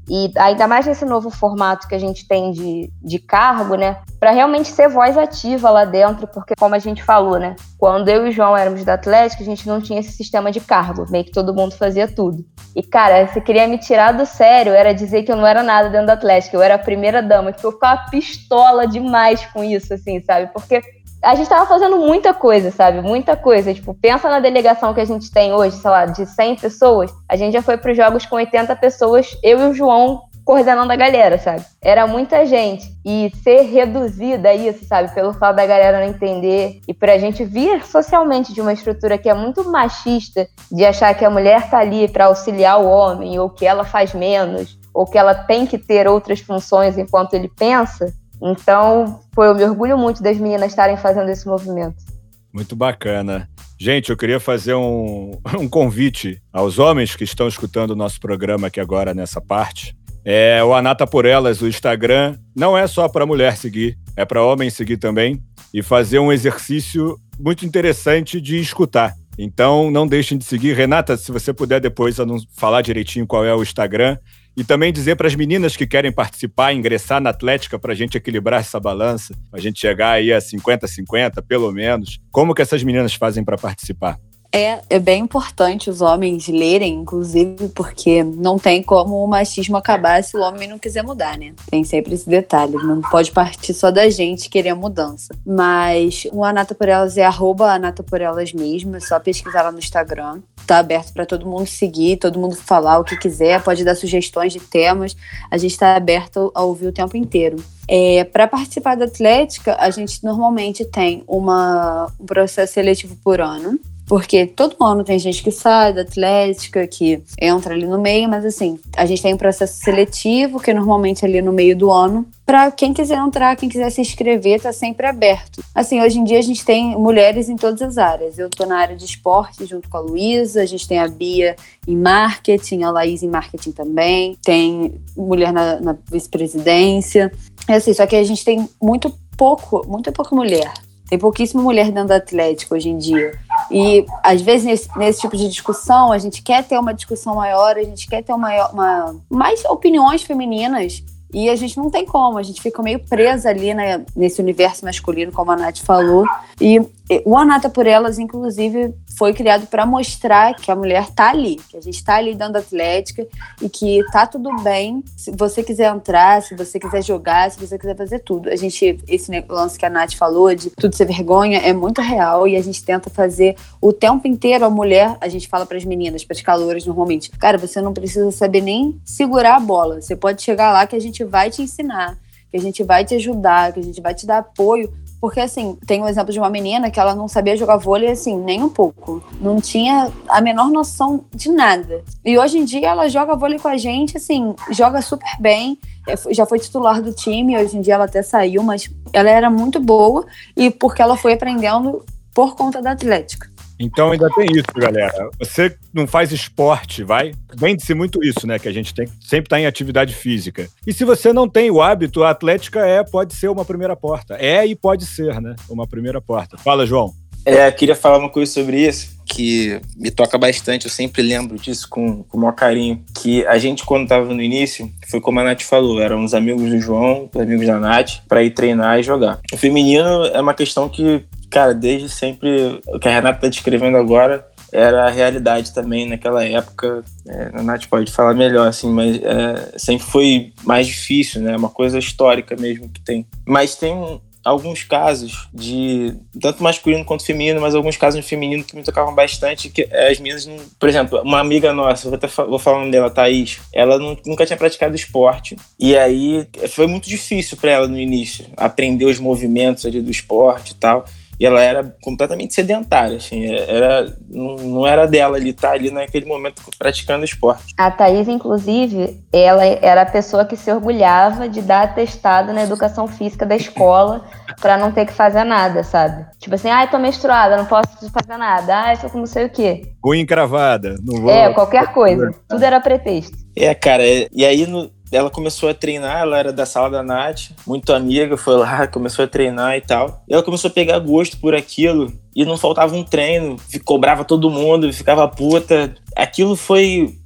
E ainda mais nesse novo formato que a gente tem de, de cargo, né? Para realmente ser voz ativa lá dentro, porque como a gente falou, né? Quando eu e o João éramos da Atlética, a gente não tinha esse sistema de cargo, meio que todo mundo fazia tudo. E, cara, você queria me tirar do sério, era dizer que eu não era nada dentro da Atlética, eu era a primeira dama, que eu ficava pistola demais com isso, assim, sabe? Porque a gente tava fazendo muita coisa, sabe? Muita coisa. Tipo, pensa na delegação que a gente tem hoje, sei lá, de cem pessoas. A gente já foi pros jogos com oitenta pessoas, eu e o João coordenando a galera, sabe? Era muita gente. E ser reduzida a isso, sabe? Pelo fato da galera não entender. E pra gente vir socialmente de uma estrutura que é muito machista, de achar que a mulher tá ali pra auxiliar o homem, ou que ela faz menos, ou que ela tem que ter outras funções enquanto ele pensa. Então, pô, eu me orgulho muito das meninas estarem fazendo esse movimento. Muito bacana. Gente, eu queria fazer um, um convite aos homens que estão escutando o nosso programa aqui agora nessa parte. É, o Anata por Elas, o Instagram, não é só para mulher seguir, é para homem seguir também e fazer um exercício muito interessante de escutar. Então, não deixem de seguir. Renata, se você puder depois falar direitinho qual é o Instagram, e também dizer para as meninas que querem participar, ingressar na Atlética para a gente equilibrar essa balança, para a gente chegar aí a cinquenta a cinquenta, pelo menos. Como que essas meninas fazem para participar? É, é bem importante os homens lerem, inclusive, porque não tem como o machismo acabar se o homem não quiser mudar, né? Tem sempre esse detalhe, não pode partir só da gente querer a mudança. Mas o Anata por Elas é arroba Anata por Elas mesmo, é só pesquisar lá no Instagram. Tá aberto para todo mundo seguir, todo mundo falar o que quiser, pode dar sugestões de temas, a gente está aberto a ouvir o tempo inteiro. É, para participar da Atlética, a gente normalmente tem uma, um processo seletivo por ano, porque todo ano tem gente que sai da Atlética, que entra ali no meio, mas assim, a gente tem um processo seletivo, que é normalmente ali no meio do ano, para quem quiser entrar, quem quiser se inscrever, tá sempre aberto. Assim, hoje em dia a gente tem mulheres em todas as áreas. Eu tô na área de esporte junto com a Luísa, a gente tem a Bia em marketing, a Laís em marketing também, tem mulher na, na vice-presidência. É assim, só que a gente tem muito pouco, muito pouca mulher. Tem pouquíssima mulher dentro da Atlética hoje em dia. E, às vezes, nesse, nesse tipo de discussão, a gente quer ter uma discussão maior, a gente quer ter uma, uma, mais opiniões femininas, e a gente não tem como, a gente fica meio presa ali, né, nesse universo masculino, como a Nath falou. E o Anata por Elas, inclusive, foi criado para mostrar que a mulher tá ali, que a gente tá ali dentro da Atlética e que tá tudo bem se você quiser entrar, se você quiser jogar, se você quiser fazer tudo. A gente, esse lance que a Nath falou de tudo ser vergonha é muito real e a gente tenta fazer o tempo inteiro a mulher, a gente fala pras meninas, pras calouras normalmente, cara, você não precisa saber nem segurar a bola, você pode chegar lá que a gente vai te ensinar, que a gente vai te ajudar, que a gente vai te dar apoio. Porque, assim, tem um exemplo de uma menina que ela não sabia jogar vôlei, assim, nem um pouco. Não tinha a menor noção de nada. E hoje em dia ela joga vôlei com a gente, assim, joga super bem. Já foi titular do time, hoje em dia ela até saiu, mas ela era muito boa e porque ela foi aprendendo por conta da Atlética. Então ainda tem isso, galera. Você não faz esporte, vai? Vende-se muito isso, né? Que a gente tem que sempre estar em atividade física. E se você não tem o hábito, a Atlética é, pode ser uma primeira porta. É e pode ser, né? Uma primeira porta. Fala, João. É, eu queria falar uma coisa sobre isso, que me toca bastante, eu sempre lembro disso com, com o maior carinho, que a gente, quando estava no início, foi como a Nath falou, eram os amigos do João, os amigos da Nath, para ir treinar e jogar. O feminino é uma questão que, cara, desde sempre, o que a Renata está descrevendo agora, era a realidade também naquela época. É, a Nath pode falar melhor, assim, mas é, sempre foi mais difícil, né? É uma coisa histórica mesmo que tem. Mas tem alguns casos de tanto masculino quanto feminino, mas alguns casos de feminino que me tocavam bastante, que as meninas não... Por exemplo, uma amiga nossa, vou, até fa- vou falar o nome dela, Thaís, ela não, nunca tinha praticado esporte, e aí foi muito difícil para ela no início, aprender os movimentos ali do esporte e tal, e ela era completamente sedentária, assim, era, não, não era dela ali, estar tá ali naquele momento praticando esporte. A Thaís, inclusive, ela era a pessoa que se orgulhava de dar atestado na educação física da escola pra não ter que fazer nada, sabe? Tipo assim, ai, ah, tô menstruada, não posso fazer nada, ai, ah, sou com não sei o quê. Unha encravada, não vou... É, qualquer coisa, tudo era pretexto. É, cara, e aí no... ela começou a treinar, ela era da sala da Nath, muito amiga, foi lá, começou a treinar e tal. E ela começou a pegar gosto por aquilo e não faltava um treino, cobrava todo mundo, ficava puta. Aquilo foi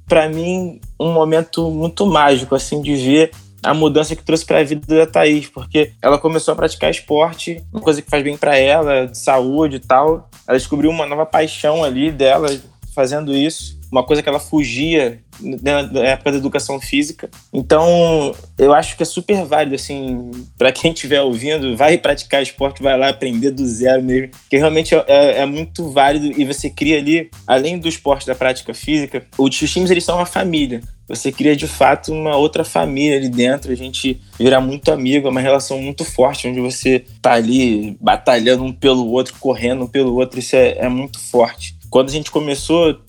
pra mim, um momento muito mágico, assim, de ver a mudança que trouxe para a vida da Thaís, porque ela começou a praticar esporte, uma coisa que faz bem para ela, de saúde e tal. Ela descobriu uma nova paixão ali dela fazendo isso, uma coisa que ela fugia na época da educação física. Então, eu acho que é super válido, assim, para quem estiver ouvindo, vai praticar esporte, vai lá aprender do zero mesmo, que realmente é, é muito válido e você cria ali, além do esporte da prática física, os times, eles são uma família. Você cria, de fato, uma outra família ali dentro, a gente vira muito amigo, é uma relação muito forte, onde você tá ali batalhando um pelo outro, correndo um pelo outro, isso é, é muito forte. Quando a gente começou,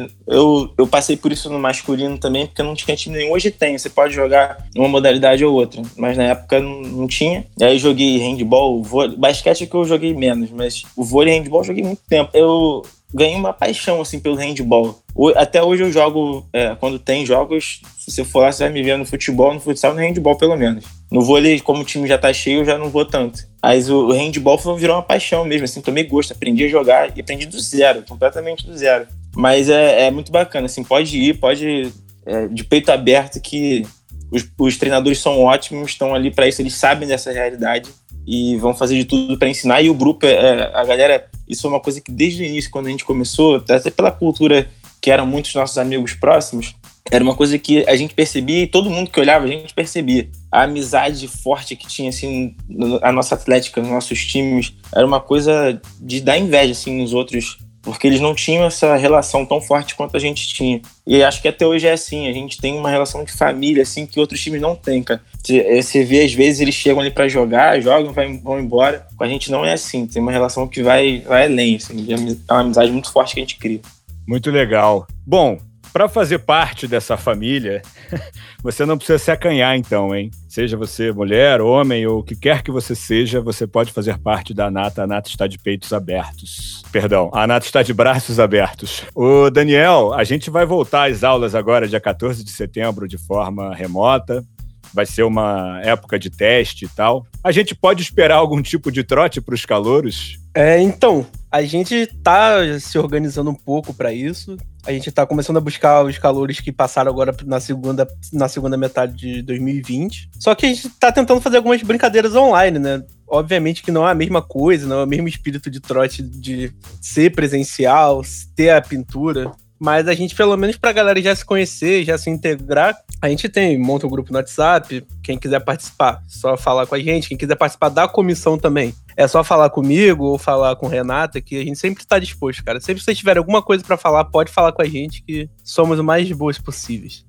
eu, eu passei por isso no masculino também, porque não tinha time nenhum. Hoje tem, você pode jogar uma modalidade ou outra, mas na época não, não tinha. E aí eu joguei handball, vôlei, basquete é que eu joguei menos, mas o vôlei e handball eu joguei muito tempo. Eu ganhei uma paixão, assim, pelo handball. Até hoje eu jogo, é, quando tem jogos, se você for lá, você vai me ver no futebol, no futsal, no handball pelo menos. No vôlei, como o time já tá cheio, eu já não vou tanto. Mas o handball virou uma paixão mesmo, assim, tomei gosto, aprendi a jogar e aprendi do zero, completamente do zero. Mas é, é muito bacana, assim, pode ir, pode é, de peito aberto, que os, os treinadores são ótimos, estão ali para isso, eles sabem dessa realidade e vão fazer de tudo para ensinar. E o grupo, é, a galera, isso é uma coisa que desde o início, quando a gente começou, até pela cultura que eram muitos nossos amigos próximos, era uma coisa que a gente percebia e todo mundo que olhava a gente percebia. A amizade forte que tinha, assim, a nossa atlética, nos nossos times, era uma coisa de dar inveja, assim, nos outros, porque eles não tinham essa relação tão forte quanto a gente tinha. E acho que até hoje é assim, a gente tem uma relação de família, assim, que outros times não têm, cara. Você vê, às vezes, eles chegam ali pra jogar, jogam, vão embora. Com a gente não é assim, tem uma relação que vai, vai além, assim, é uma amizade muito forte que a gente cria. Muito legal. Bom, para fazer parte dessa família, você não precisa se acanhar, então, hein? Seja você mulher, homem ou o que quer que você seja, você pode fazer parte da Nata. A Nata está de peitos abertos. Perdão, a Nata está de braços abertos. Ô, Daniel, a gente vai voltar às aulas agora, dia quatorze de setembro, de forma remota. Vai ser uma época de teste e tal. A gente pode esperar algum tipo de trote para os calouros? É, então, a gente tá se organizando um pouco para isso. A gente tá começando a buscar os calouros que passaram agora na segunda, na segunda metade de dois mil e vinte. Só que a gente tá tentando fazer algumas brincadeiras online, né? Obviamente que não é a mesma coisa, não é o mesmo espírito de trote de ser presencial, ter a pintura. Mas a gente, pelo menos pra galera já se conhecer, já se integrar, a gente tem, monta um grupo no WhatsApp, quem quiser participar, só falar com a gente, quem quiser participar da comissão também, é só falar comigo ou falar com Renata, que a gente sempre tá disposto, cara. Sempre que vocês tiverem alguma coisa pra falar, pode falar com a gente, que somos o mais boas possíveis.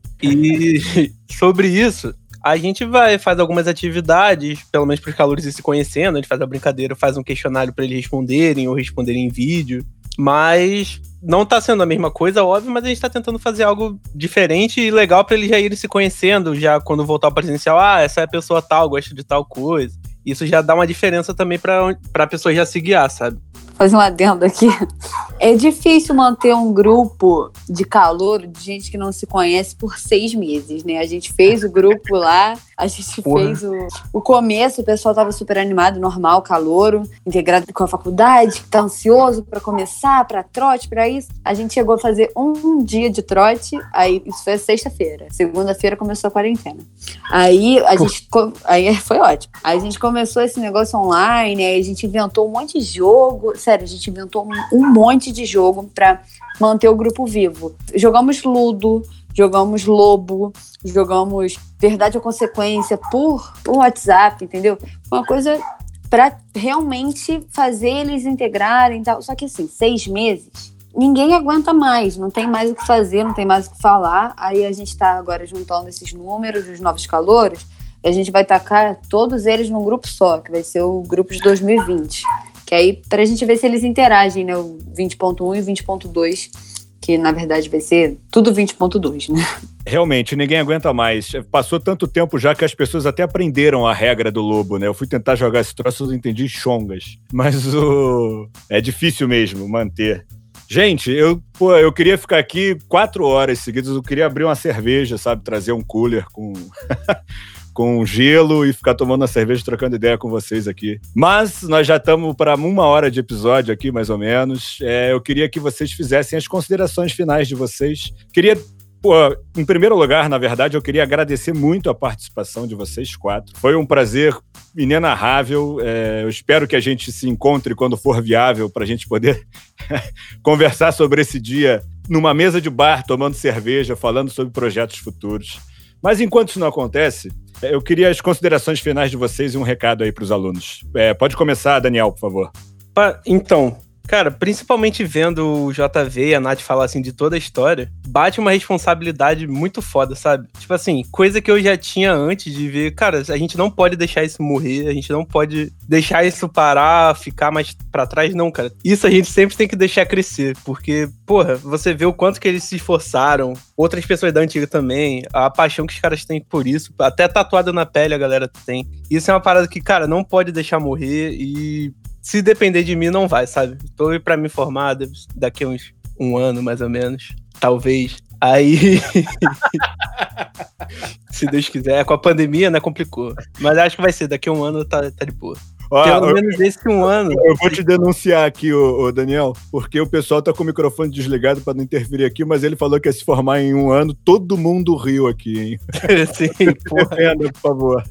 E sobre isso, a gente vai, faz algumas atividades, pelo menos pros calouros ir se conhecendo, a gente faz a brincadeira, faz um questionário pra eles responderem ou responderem em vídeo, mas não tá sendo a mesma coisa, óbvio, mas a gente tá tentando fazer algo diferente e legal pra eles já irem se conhecendo, já quando voltar ao presencial, ah, essa é a pessoa tal, gosta de tal coisa. Isso já dá uma diferença também pra, pra pessoa já se guiar, sabe? Fazer um adendo aqui. É difícil manter um grupo de calouro, de gente que não se conhece, por seis meses, né? A gente fez o grupo lá, a gente Porra. fez o, o começo, o pessoal tava super animado, normal, calouro, integrado com a faculdade, que tá ansioso pra começar, pra trote, pra isso. A gente chegou a fazer um dia de trote, aí isso foi sexta-feira. Segunda-feira começou a quarentena. Aí a gente... Aí foi ótimo. Aí a gente começou esse negócio online, aí a gente inventou um monte de jogo. Sério, a gente inventou um, um monte de jogo pra manter o grupo vivo. Jogamos Ludo, jogamos Lobo, jogamos Verdade ou Consequência por, por WhatsApp, entendeu? Foi uma coisa pra realmente fazer eles integrarem e tal. Só que assim, seis meses, ninguém aguenta mais, não tem mais o que fazer, não tem mais o que falar. Aí a gente tá agora juntando esses números dos novos calouros e a gente vai tacar todos eles num grupo só, que vai ser o grupo de dois mil e vinte. Que aí, pra gente ver se eles interagem, né? O vinte ponto um e o vinte ponto dois, que na verdade vai ser tudo vinte ponto dois, né? Realmente, ninguém aguenta mais. Passou tanto tempo já que as pessoas até aprenderam a regra do lobo, né? Eu fui tentar jogar esse troço, eu entendi chongas. Mas o... é difícil mesmo manter. Gente, eu, pô, eu queria ficar aqui quatro horas seguidas, eu queria abrir uma cerveja, sabe? Trazer um cooler com... com gelo e ficar tomando uma cerveja, trocando ideia com vocês aqui. Mas nós já estamos para uma hora de episódio aqui, mais ou menos. É, eu queria que vocês fizessem as considerações finais de vocês. Queria Pô, em primeiro lugar, na verdade, eu queria agradecer muito a participação de vocês quatro. Foi um prazer inenarrável. É, eu espero que a gente se encontre quando for viável para a gente poder conversar sobre esse dia numa mesa de bar, tomando cerveja, falando sobre projetos futuros. Mas enquanto isso não acontece, eu queria as considerações finais de vocês e um recado aí para os alunos. É, pode começar, Daniel, por favor. Então, cara, principalmente vendo o J V e a Nath falar assim de toda a história, bate uma responsabilidade muito foda, sabe? Tipo assim, coisa que eu já tinha antes de ver, cara, a gente não pode deixar isso morrer, a gente não pode deixar isso parar, ficar mais pra trás, não, cara. Isso a gente sempre tem que deixar crescer, porque, porra, você vê o quanto que eles se esforçaram, outras pessoas da antiga também, a paixão que os caras têm por isso, até tatuada na pele a galera tem. Isso é uma parada que, cara, não pode deixar morrer e... se depender de mim, não vai, sabe? Tô aí pra me formar daqui a uns um ano, mais ou menos. Talvez. Aí... se Deus quiser. Com a pandemia, né? Complicou. Mas acho que vai ser. Daqui a um ano tá, tá de boa. Ó, Pelo eu, menos esse um ano. Eu vou te denunciar aqui, ô, ô Daniel, porque o pessoal tá com o microfone desligado pra não interferir aqui, mas ele falou que ia se formar em um ano. Todo mundo riu aqui, hein? Sim, porra. Defenda, por favor.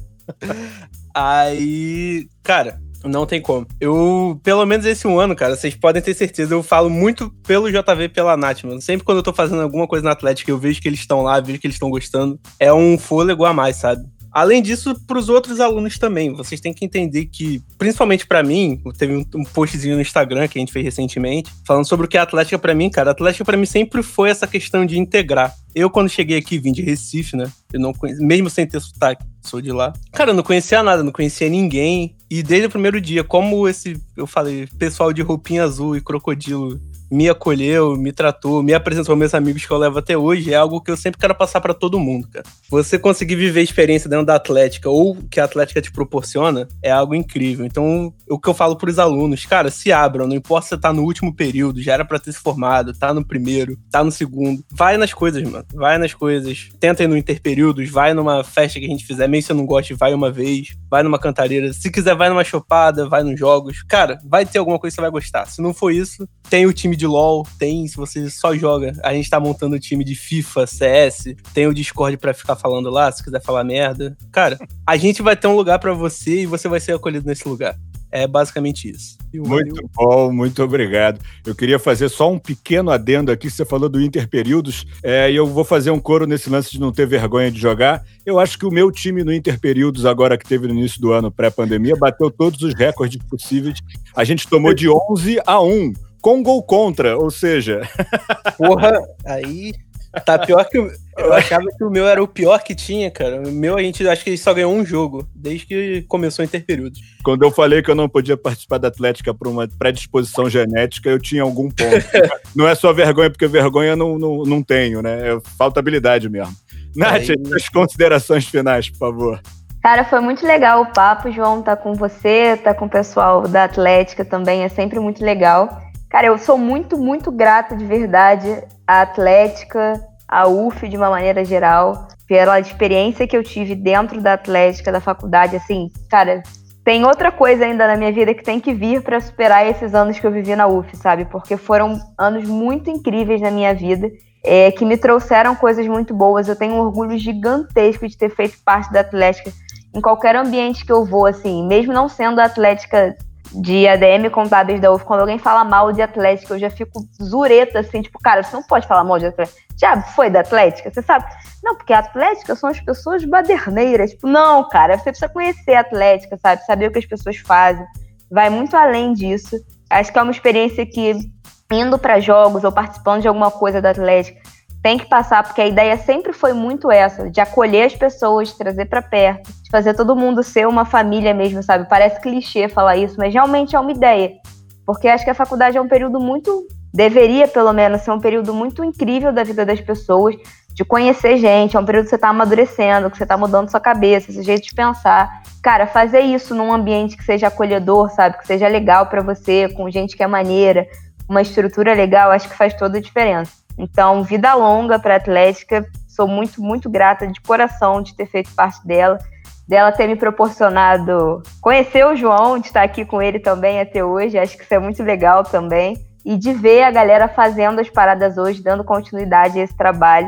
Aí... Cara... Não tem como. Eu, pelo menos esse um ano, cara, vocês podem ter certeza, eu falo muito pelo J V e pela Nath, mano. Sempre quando eu tô fazendo alguma coisa na Atlética, eu vejo que eles estão lá, vejo que eles estão gostando. É um fôlego a mais, sabe? Além disso, pros outros alunos também. Vocês têm que entender que, principalmente pra mim, teve um, um postzinho no Instagram que a gente fez recentemente, falando sobre o que é a Atlética pra mim, cara. A Atlética pra mim sempre foi essa questão de integrar. Eu, quando cheguei aqui, vim de Recife, né? Eu não conhecia, mesmo sem ter sotaque, sou de lá. Cara, eu não conhecia nada, não conhecia ninguém. E desde o primeiro dia, como esse, eu falei, pessoal de roupinha azul e crocodilo me acolheu, me tratou, me apresentou aos meus amigos que eu levo até hoje, é algo que eu sempre quero passar pra todo mundo, cara. Você conseguir viver a experiência dentro da Atlética ou que a Atlética te proporciona é algo incrível. Então, o que eu falo pros alunos, cara, se abram, não importa se você tá no último período, já era pra ter se formado, tá no primeiro, tá no segundo, vai nas coisas, mano, vai nas coisas, tenta ir no interperíodos, vai numa festa que a gente fizer, mesmo se você não gosta, vai uma vez, vai numa cantareira, se quiser vai numa chopada, vai nos jogos, cara, vai ter alguma coisa que você vai gostar. Se não for isso, tem o time de LoL, tem, se você só joga, a gente tá montando o time de FIFA, C S, tem o Discord pra ficar falando lá, se quiser falar merda. Cara, a gente vai ter um lugar pra você e você vai ser acolhido nesse lugar. É basicamente isso. Muito bom, muito obrigado. Eu queria fazer só um pequeno adendo aqui, você falou do Interperíodos, é, e eu vou fazer um coro nesse lance de não ter vergonha de jogar. Eu acho que o meu time no Interperíodos, agora que teve no início do ano, pré-pandemia, bateu todos os recordes possíveis. A gente tomou de onze a um, com gol contra, ou seja... Porra, aí... Tá pior que o... Eu achava que o meu era o pior que tinha, cara. O meu, a gente acho que só ganhou um jogo, desde que começou o Interperíodos. Quando eu falei que eu não podia participar da Atlética por uma predisposição genética, eu tinha algum ponto. Não é só vergonha, porque vergonha não, não, não tenho, né? É falta habilidade mesmo. Nath, aí... as considerações finais, por favor. Cara, foi muito legal o papo, João, tá com você, tá com o pessoal da Atlética também, é sempre muito legal. Cara, eu sou muito, muito grata de verdade à Atlética, à U F de uma maneira geral, pela experiência que eu tive dentro da Atlética, da faculdade, assim, cara, tem outra coisa ainda na minha vida que tem que vir para superar esses anos que eu vivi na U F, sabe? Porque foram anos muito incríveis na minha vida, é, que me trouxeram coisas muito boas. Eu tenho um orgulho gigantesco de ter feito parte da Atlética em qualquer ambiente que eu vou, assim, mesmo não sendo a Atlética de A D M Contábeis da U F, quando alguém fala mal de Atlética, eu já fico zureta, assim, tipo, cara, você não pode falar mal de Atlética. Já foi da Atlética? Você sabe? Não, porque a Atlética são as pessoas baderneiras. Tipo, não, cara, você precisa conhecer a Atlética, sabe? Saber o que as pessoas fazem. Vai muito além disso. Acho que é uma experiência que, indo para jogos ou participando de alguma coisa da Atlética, tem que passar, porque a ideia sempre foi muito essa, de acolher as pessoas, de trazer para perto, de fazer todo mundo ser uma família mesmo, sabe? Parece clichê falar isso, mas realmente é uma ideia. Porque acho que a faculdade é um período muito... deveria, pelo menos, ser um período muito incrível da vida das pessoas, de conhecer gente, é um período que você tá amadurecendo, que você tá mudando sua cabeça, seu jeito de pensar. Cara, fazer isso num ambiente que seja acolhedor, sabe? Que seja legal pra você, com gente que é maneira, uma estrutura legal, acho que faz toda a diferença. Então, vida longa pra Atlética, sou muito, muito grata de coração de ter feito parte dela, dela ter me proporcionado conhecer o João, de estar aqui com ele também até hoje, acho que isso é muito legal também. E de ver a galera fazendo as paradas hoje, dando continuidade a esse trabalho,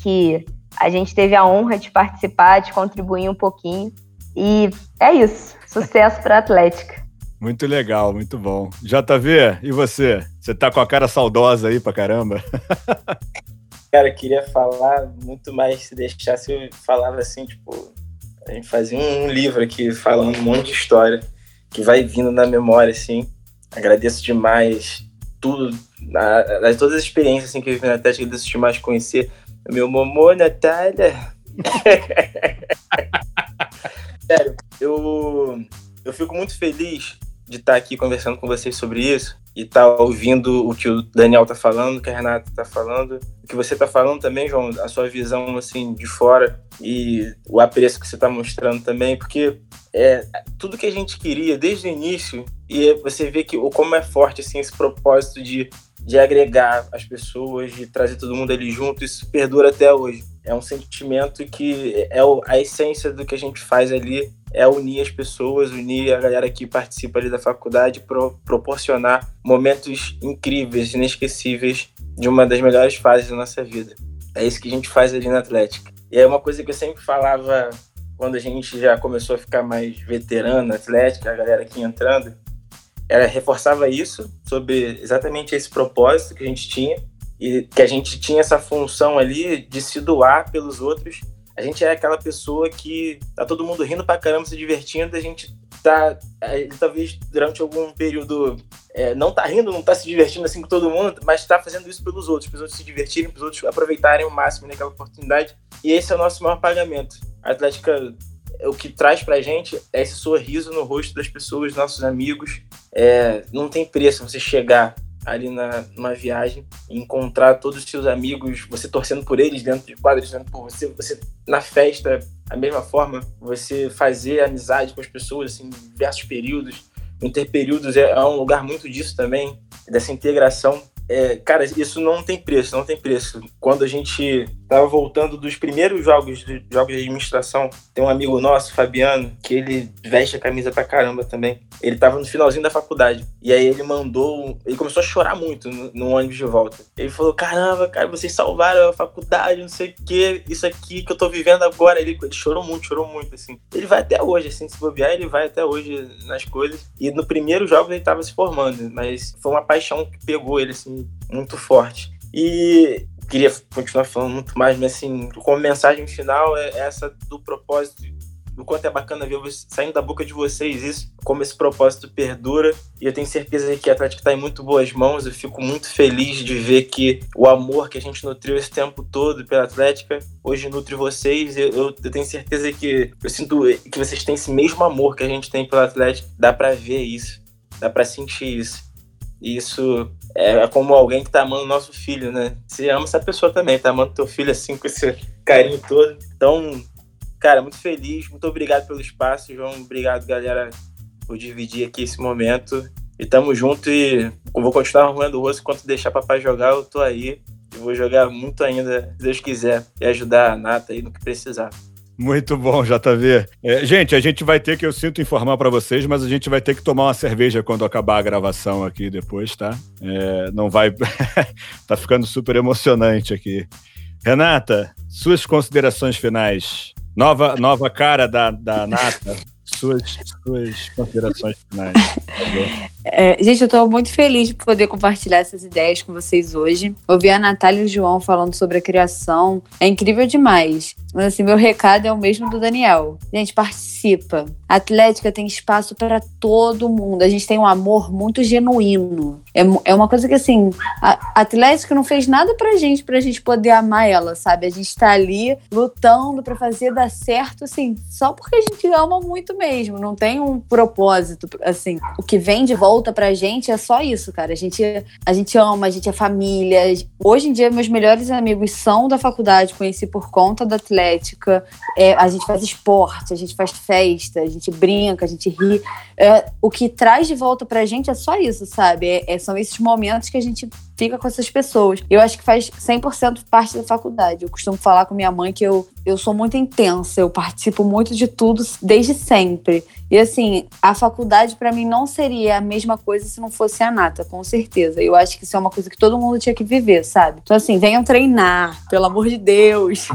que a gente teve a honra de participar, de contribuir um pouquinho. E é isso. Sucesso para a Atlética. Muito legal, muito bom. J V, e você? Você tá com a cara saudosa aí pra caramba? Cara, eu queria falar muito mais, se deixasse eu falava assim, tipo, a gente fazia um livro aqui falando um monte de história que vai vindo na memória, assim. Agradeço demais tudo, a, a, todas as experiências assim, que eu vivi na Atlética, agradeço demais conhecer meu Momô, Natália. Sério, eu, eu fico muito feliz de estar aqui conversando com vocês sobre isso e estar ouvindo o que o Daniel tá falando, o que a Renata tá falando, o que você tá falando também, João, a sua visão assim de fora e o apreço que você tá mostrando também, porque é tudo que a gente queria desde o início, e você vê que como é forte assim esse propósito de, de agregar as pessoas, de trazer todo mundo ali junto, isso perdura até hoje. É um sentimento que é a essência do que a gente faz ali, é unir as pessoas, unir a galera que participa ali da faculdade, pro, proporcionar momentos incríveis, inesquecíveis, de uma das melhores fases da nossa vida. É isso que a gente faz ali na Atlética. E é uma coisa que eu sempre falava quando a gente já começou a ficar mais veterano na Atlética, a galera aqui entrando, ela reforçava isso, sobre exatamente esse propósito que a gente tinha, e que a gente tinha essa função ali de se doar pelos outros. A gente é aquela pessoa que tá todo mundo rindo pra caramba, se divertindo, a gente tá, talvez durante algum período, é, não tá rindo, não tá se divertindo assim com todo mundo, mas tá fazendo isso pelos outros, pros outros se divertirem, pros outros aproveitarem o máximo naquela oportunidade, e esse é o nosso maior pagamento. A Atlética, o que traz pra gente é esse sorriso no rosto das pessoas, nossos amigos, é, não tem preço você chegar ali na, numa viagem, encontrar todos os seus amigos, você torcendo por eles dentro de quadra, torcendo por você, você na festa, da mesma forma, você fazer amizade com as pessoas, assim, em diversos períodos. O Interperíodos é, é um lugar muito disso também, dessa integração. É, cara, isso não tem preço, não tem preço. Quando a gente tava voltando dos primeiros jogos, de, jogos de administração, tem um amigo nosso, Fabiano, que ele veste a camisa pra caramba também. Ele tava no finalzinho da faculdade. E aí ele mandou... Ele começou a chorar muito no, no ônibus de volta. Ele falou, caramba, cara, vocês salvaram a faculdade, não sei o quê. Isso aqui que eu tô vivendo agora. Ele, ele chorou muito, chorou muito, assim. Ele vai até hoje, assim, se bobear, ele vai até hoje nas coisas. E no primeiro jogo ele tava se formando. Mas foi uma paixão que pegou ele, assim, muito forte. E queria continuar falando muito mais, mas assim, como mensagem final é essa do propósito, do quanto é bacana ver você, saindo da boca de vocês isso, como esse propósito perdura, e eu tenho certeza que a Atlética está em muito boas mãos. Eu fico muito feliz de ver que o amor que a gente nutriu esse tempo todo pela Atlética, hoje nutre vocês. Eu, eu, eu tenho certeza que eu sinto que vocês têm esse mesmo amor que a gente tem pela Atlética, dá para ver isso, dá para sentir isso. E isso é como alguém que tá amando o nosso filho, né? Você ama essa pessoa também, tá amando teu filho assim, com esse carinho todo. Então, cara, muito feliz. Muito obrigado pelo espaço, João. Obrigado, galera, por dividir aqui esse momento. E tamo junto, e eu vou continuar arrumando o rosto. Enquanto deixar papai jogar, eu tô aí. E vou jogar muito ainda, se Deus quiser. E ajudar a Nata aí no que precisar. Muito bom, J V. É, gente, a gente vai ter que, eu sinto informar para vocês, mas a gente vai ter que tomar uma cerveja quando acabar a gravação aqui depois, tá? É, não vai... tá ficando super emocionante aqui. Renata, suas considerações finais. Nova, nova cara da, da Nata. Suas, suas considerações finais. É, gente, eu tô muito feliz de poder compartilhar essas ideias com vocês hoje. Ouvir a Natália e o João falando sobre a criação é incrível demais. Mas assim, meu recado é o mesmo do Daniel. Gente, participa. A Atlética tem espaço para todo mundo. A gente tem um amor muito genuíno. É, é uma coisa que, assim, a Atlética não fez nada pra gente, pra gente poder amar ela, sabe? A gente tá ali lutando pra fazer dar certo, assim, só porque a gente ama muito mesmo. Não tem um propósito, assim. O que vem de volta pra gente é só isso, cara. A gente, a gente ama, a gente é família. Hoje em dia, meus melhores amigos são da faculdade, conheci por conta da Atlética. É, a gente faz esporte, a gente faz festa, a gente brinca, a gente ri. É, o que traz de volta pra gente é só isso, sabe? É, é, são esses momentos que a gente fica com essas pessoas. Eu acho que faz cem por cento parte da faculdade. Eu costumo falar com minha mãe que eu, eu sou muito intensa, eu participo muito de tudo desde sempre. E assim, a faculdade pra mim não seria a mesma coisa se não fosse a Nata, com certeza. Eu acho que isso é uma coisa que todo mundo tinha que viver, sabe? Então assim, venham treinar, pelo amor de Deus.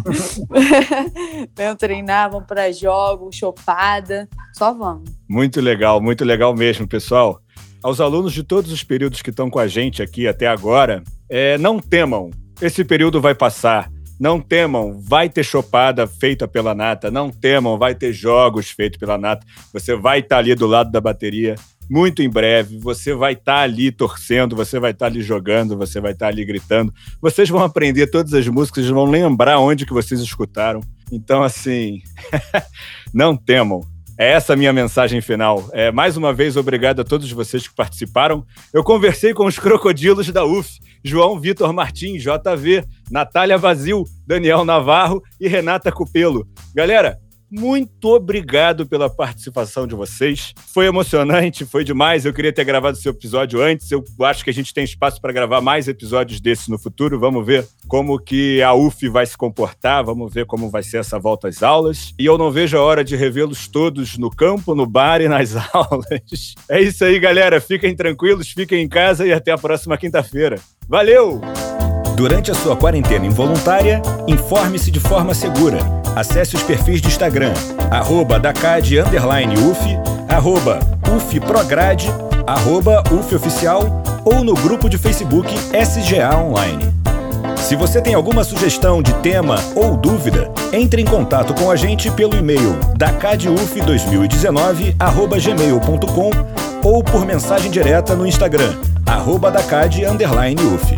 Venham treinar, vão pra jogos, chopada, só vamos. Muito legal, muito legal mesmo, pessoal. Aos alunos de todos os períodos que estão com a gente aqui até agora, é, não temam, esse período vai passar. Não temam, vai ter chopada feita pela Nata. Não temam, vai ter jogos feitos pela Nata. Você vai estar ali do lado da bateria muito em breve. Você vai estar ali torcendo, você vai estar ali jogando, você vai estar ali gritando. Vocês vão aprender todas as músicas, vão lembrar onde que vocês escutaram. Então, assim, não temam. É essa a minha mensagem final. É, mais uma vez, obrigado a todos vocês que participaram. Eu conversei com os crocodilos da U F, João Vitor Martins, J V, Natália Vazil, Daniel Navarro e Renata Cupelo. Galera, muito obrigado pela participação de vocês. Foi emocionante, foi demais. Eu queria ter gravado esse episódio antes. Eu acho que a gente tem espaço para gravar mais episódios desses no futuro. Vamos ver como que a U F vai se comportar. Vamos ver como vai ser essa volta às aulas. E eu não vejo a hora de revê-los todos no campo, no bar e nas aulas. É isso aí, galera. Fiquem tranquilos, fiquem em casa e até a próxima quinta-feira. Valeu! Durante a sua quarentena involuntária, informe-se de forma segura. Acesse os perfis de Instagram, arroba Dacad underline UF, arroba UFPrograde, arroba UFOficial ou no grupo de Facebook S G A Online. Se você tem alguma sugestão de tema ou dúvida, entre em contato com a gente pelo e-mail dacaduf dois mil e dezenove arroba gmail ponto com ou por mensagem direta no Instagram, arroba Dacad underline UF.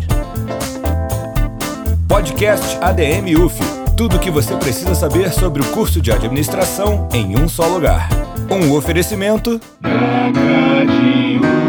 Podcast A D M U F. Tudo o que você precisa saber sobre o curso de administração em um só lugar. Um oferecimento. Dacad U F.